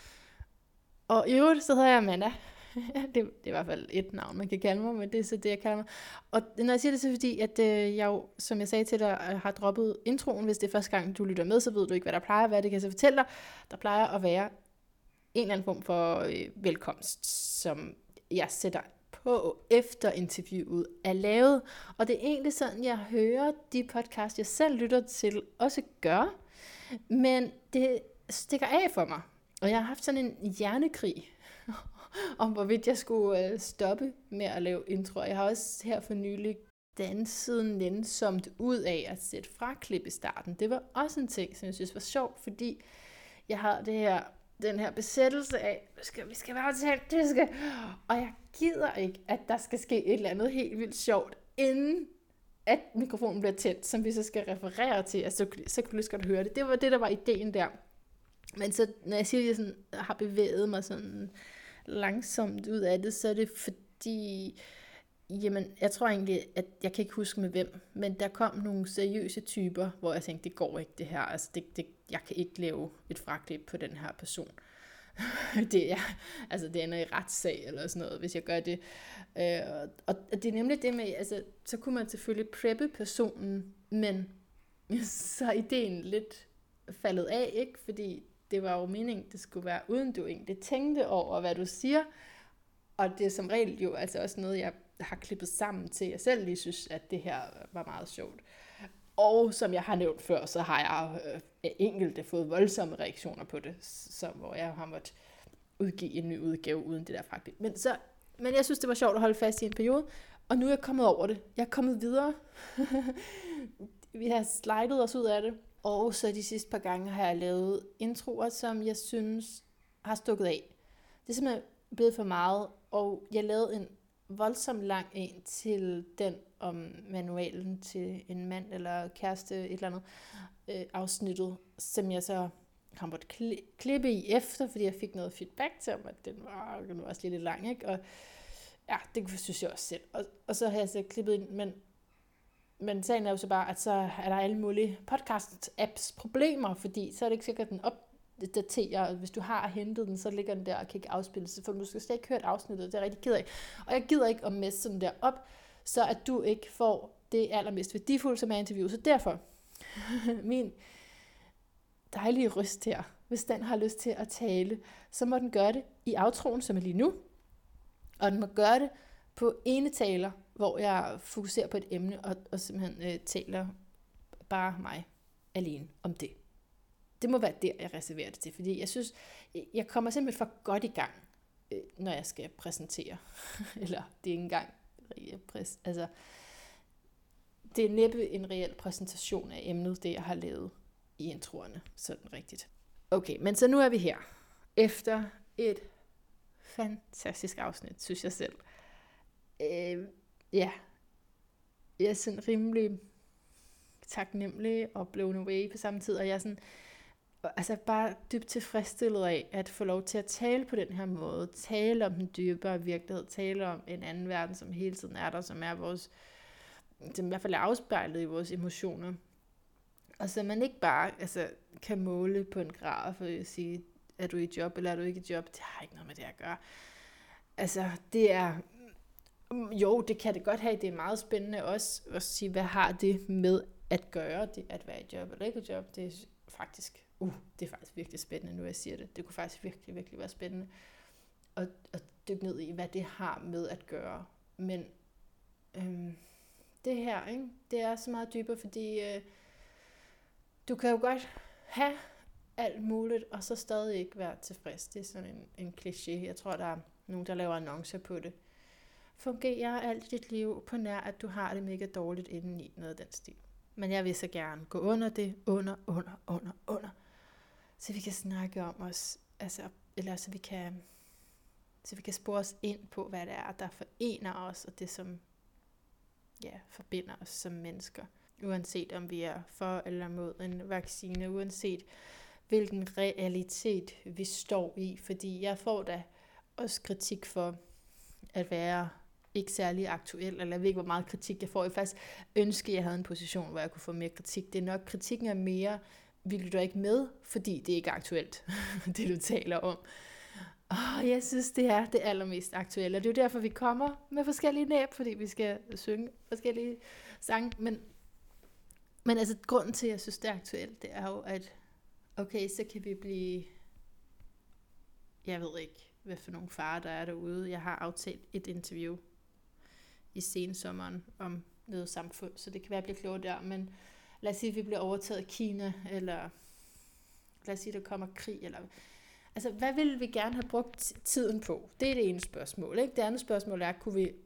Speaker 1: Og i øvrigt, så hedder jeg Amanda. Det er i hvert fald et navn, man kan kalde mig, men det er så det, jeg kalder mig. Og når jeg siger det, så er det fordi, at jeg jo, som jeg sagde til dig, har droppet introen. Hvis det er første gang, du lytter med, så ved du ikke, hvad der plejer at være. Det kan jeg så fortælle dig. Der plejer at være en eller anden form for velkomst, som jeg sætter på efter interviewet er lavet. Og det er egentlig sådan, jeg hører de podcasts, jeg selv lytter til, også gør. Men det stikker af for mig. Og jeg har haft sådan en hjernekrig om, hvorvidt jeg skulle stoppe med at lave intro. Jeg har også her for nylig danset nænsomt ud af at sætte fraklip i starten. Det var også en ting, som jeg synes var sjovt, fordi jeg har den her besættelse af, vi skal være autentiske, og jeg gider ikke, at der skal ske et eller andet helt vildt sjovt, inden at mikrofonen bliver tændt, som vi så skal referere til, altså, så kan du lige så godt høre det. Det var det, der var ideen der. Men så, når jeg siger, at jeg sådan, har bevæget mig sådan langsomt ud af det, så er det fordi, jamen, jeg tror egentlig, at jeg kan ikke huske med hvem, men der kom nogle seriøse typer, hvor jeg tænkte, det går ikke det her, altså jeg kan ikke lave et fraklip på den her person. Det ender i retssag eller sådan noget, hvis jeg gør det. Og det er nemlig det med, altså, så kunne man selvfølgelig preppe personen, men så er ideen lidt faldet af, ikke? Fordi det var jo meningen, det skulle være, uden du egentlig tænkte over, hvad du siger. Og det er som regel jo altså også noget, jeg har klippet sammen til. Jeg selv lige synes, at det her var meget sjovt. Og som jeg har nævnt før, så har jeg enkelte fået voldsomme reaktioner på det, hvor jeg har måttet udgive en ny udgave uden det der faktisk. Men jeg synes, det var sjovt at holde fast i en periode, og nu er jeg kommet over det. Jeg er kommet videre. Vi har slidet os ud af det. Og så de sidste par gange har jeg lavet introer, som jeg synes har stukket af. Det er simpelthen blevet for meget, og jeg lavede en voldsomt lang en til den om manualen til en mand eller kæreste, et eller andet afsnittet, som jeg så har måttet klippe i efter, fordi jeg fik noget feedback til om, at den var også lidt lang, ikke? Og ja, det synes jeg også selv. Og så har jeg så klippet ind, men sagen er jo så bare, at så er der alle mulige podcast-apps problemer, fordi så er det ikke sikkert, at den opdaterer, og hvis du har hentet den, så ligger den der og kan ikke afspilles, for du skal slet ikke høre et afsnit, det er rigtig ked af. Og jeg gider ikke at messe sådan der op, så at du ikke får det allermest værdifulde, som er interview. Så derfor, min dejlige røst her, hvis den har lyst til at tale, så må den gøre det i outroen, som er lige nu, og den må gøre det på ene taler, hvor jeg fokuserer på et emne, og simpelthen taler bare mig alene om det. Det må være der, jeg reserverer det til, fordi jeg synes, jeg kommer simpelthen for godt i gang, når jeg skal præsentere. Eller det er ikke engang altså, det er næppe en reel præsentation af emnet, det jeg har lavet i introerne, sådan rigtigt. Okay, men så nu er vi her, efter et fantastisk afsnit, synes jeg selv. Ja, jeg er sådan rimelig taknemmelig og blown away på samme tid, og jeg er sådan, altså bare dybt tilfredsstillet af at få lov til at tale på den her måde, tale om den dybere virkelighed, tale om en anden verden, som hele tiden er der, som er vores, som i hvert fald er afspejlet i vores emotioner, og så man ikke bare kan måle på en graf for at sige, er du i job, eller er du ikke i job, det har ikke noget med det at gøre. Altså, det er, jo, det kan det godt have, det er meget spændende også at sige, hvad har det med at gøre, det at være i job eller ikke i job, det er faktisk, det er faktisk virkelig spændende, nu jeg siger det. Det kunne faktisk virkelig, virkelig være spændende at dykke ned i, hvad det har med at gøre Men det her, ikke? Det er så meget dybere, fordi du kan jo godt have alt muligt, og så stadig ikke være tilfreds. Det er sådan en kliché. Jeg tror, der er nogen, der laver annoncer på det. Fungerer alt dit liv på nær, at du har det mega dårligt indeni, noget af den stil. Men jeg vil så gerne gå under det, under. Så vi kan snakke om os, altså, eller så vi kan spore os ind på, hvad det er, der forener os, og det som forbinder os som mennesker. Uanset om vi er for eller mod en vaccine, uanset hvilken realitet vi står i. Fordi jeg får da også kritik for at være ikke særlig aktuel, eller jeg ved ikke, hvor meget kritik jeg får. Jeg faktisk ønsker, at jeg havde en position, hvor jeg kunne få mere kritik. Det er nok, kritikken er mere, vi lytter ikke med, fordi det ikke er aktuelt, det du taler om. Og jeg synes, det er det allermest aktuelle. Og det er jo derfor, vi kommer med forskellige næb, fordi vi skal synge forskellige sange. Men altså, grunden til, at jeg synes, det er aktuelt, det er jo, at okay, så kan vi blive, jeg ved ikke, hvad for nogle farer, der er derude. Jeg har aftalt et interview i sensommeren om noget samfund, så det kan være, at jeg bliver klogere der. Men lad os sige, at vi bliver overtaget af Kina, eller lad os sige, at der kommer krig, eller altså, hvad ville vi gerne have brugt tiden på? Det er det ene spørgsmål, ikke? Det andet spørgsmål er, kunne vi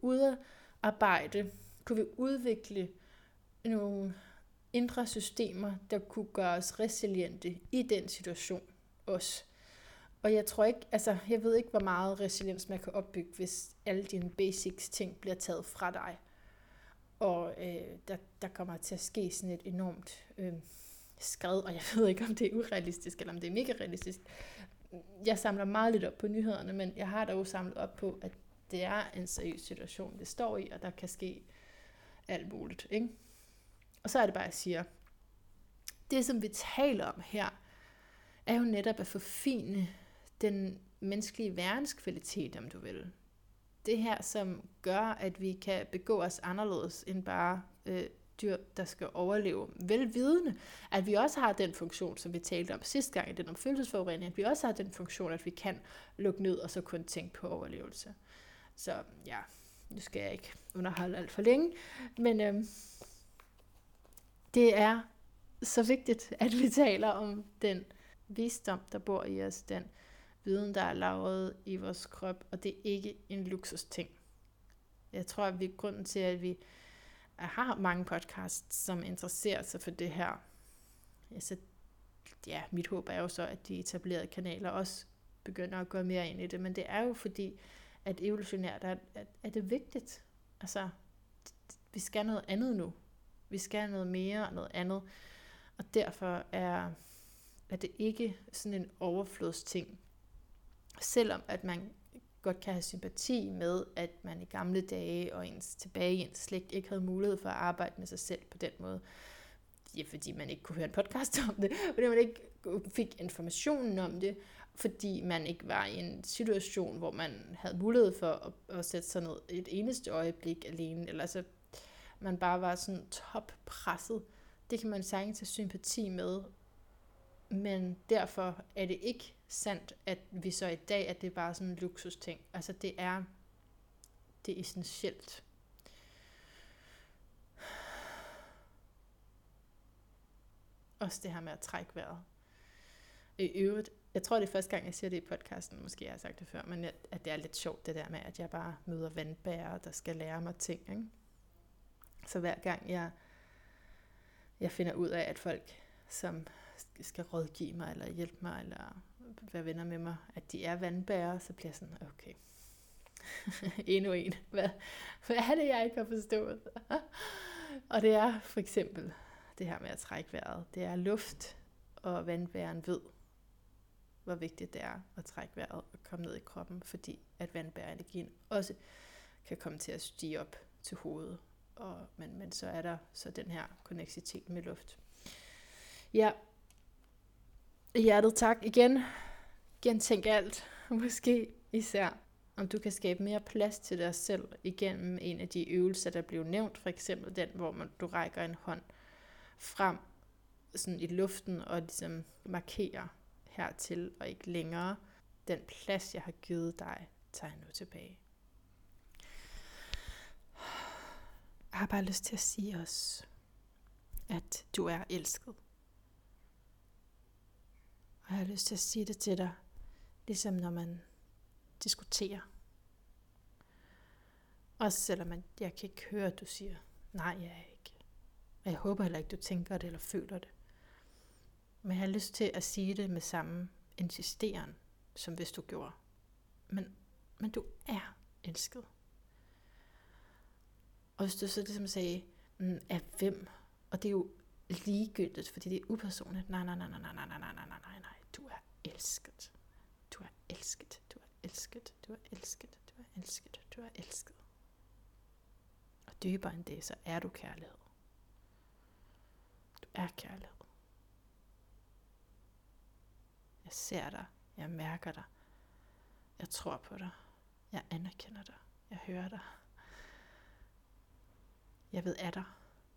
Speaker 1: udvikle nogle indre systemer, der kunne gøre os resiliente i den situation også? Og jeg tror ikke, altså, jeg ved ikke, hvor meget resiliens man kan opbygge, hvis alle dine basics ting bliver taget fra dig. Og der kommer til at ske sådan et enormt skred, og jeg ved ikke, om det er urealistisk, eller om det er mega realistisk. Jeg samler meget lidt op på nyhederne, men jeg har dog samlet op på, at det er en seriøs situation, det står i, og der kan ske alt muligt, ikke? Og så er det bare, jeg siger, det som vi taler om her, er jo netop at forfine den menneskelige værenskvalitet, om du vil. Det her, som gør, at vi kan begå os anderledes end bare dyr, der skal overleve. Velvidende, at vi også har den funktion, som vi talte om sidste gang i den om følelsesforurening, at vi også har den funktion, at vi kan lukke ned og så kun tænke på overlevelse. Så ja, nu skal jeg ikke underholde alt for længe, men det er så vigtigt, at vi taler om den visdom, der bor i os, den viden, der er lagret i vores krop, og det er ikke en luksusting. Jeg tror, at grunden til, at vi har mange podcasts, som interesserer sig for det her. Så ja, mit håb er jo så, at de etablerede kanaler også begynder at gå mere ind i det, men det er jo fordi, at evolutionært er det vigtigt. Altså, vi skal noget andet nu. Vi skal noget mere og noget andet. Og derfor er det ikke sådan en overflodsting. Selvom at man godt kan have sympati med, at man i gamle dage og tilbage i ens slægt ikke havde mulighed for at arbejde med sig selv på den måde. Ja, fordi man ikke kunne høre en podcast om det, fordi man ikke fik informationen om det, fordi man ikke var i en situation, hvor man havde mulighed for at sætte sig ned et eneste øjeblik alene, eller så man bare var sådan toppresset. Det kan man sagtens have sympati med, men derfor er det ikke sandt, at vi så i dag, at det er bare sådan en luksusting. Altså det er essentielt. Også det her med at trække vejret. I øvrigt, jeg tror det er første gang, jeg siger det i podcasten, måske jeg har sagt det før, men at det er lidt sjovt det der med, at jeg bare møder vandbærere, der skal lære mig ting. Ikke? Så hver gang jeg finder ud af, at folk, som skal rådgive mig, eller hjælpe mig, eller være venner med mig, at de er vandbærere, så bliver jeg sådan, okay, endnu en. Hvad er det, jeg ikke har forstået? Og det er for eksempel det her med at trække vejret. Det er luft, og vandbæren ved, hvor vigtigt det er at trække vejret og komme ned i kroppen, fordi at vandbærenergien også kan komme til at stige op til hovedet. Men så er der så den her konneksitet med luft. Ja, hjertet tak igen. Gentænk alt. Måske især, om du kan skabe mere plads til dig selv igennem en af de øvelser, der blev nævnt. For eksempel den, hvor du rækker en hånd frem sådan i luften og ligesom markerer hertil og ikke længere. Den plads, jeg har givet dig, tager jeg nu tilbage. Jeg har bare lyst til at sige også, at du er elsket. Og jeg har lyst til at sige det til dig, ligesom når man diskuterer. Også selvom jeg kan ikke høre, at du siger, nej, jeg er ikke. Og jeg håber heller ikke, du tænker det eller føler det. Men jeg har lyst til at sige det med samme insisteren, som hvis du gjorde. Men du er elsket. Og hvis du så ligesom sagde, af hvem? Og det er jo ligegyldigt, fordi det er upersonligt. Nej. Du er elsket. Du er elsket. Du er elsket. Du er elsket. Du er elsket. Du er elsket. Og dybere end det, så er du kærlighed. Du er kærlighed. Jeg ser dig. Jeg mærker dig. Jeg tror på dig. Jeg anerkender dig. Jeg hører dig. Jeg ved af dig.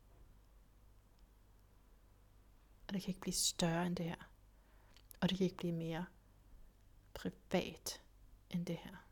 Speaker 1: Og det kan ikke blive større end det her. Og det kan ikke blive mere privat end det her.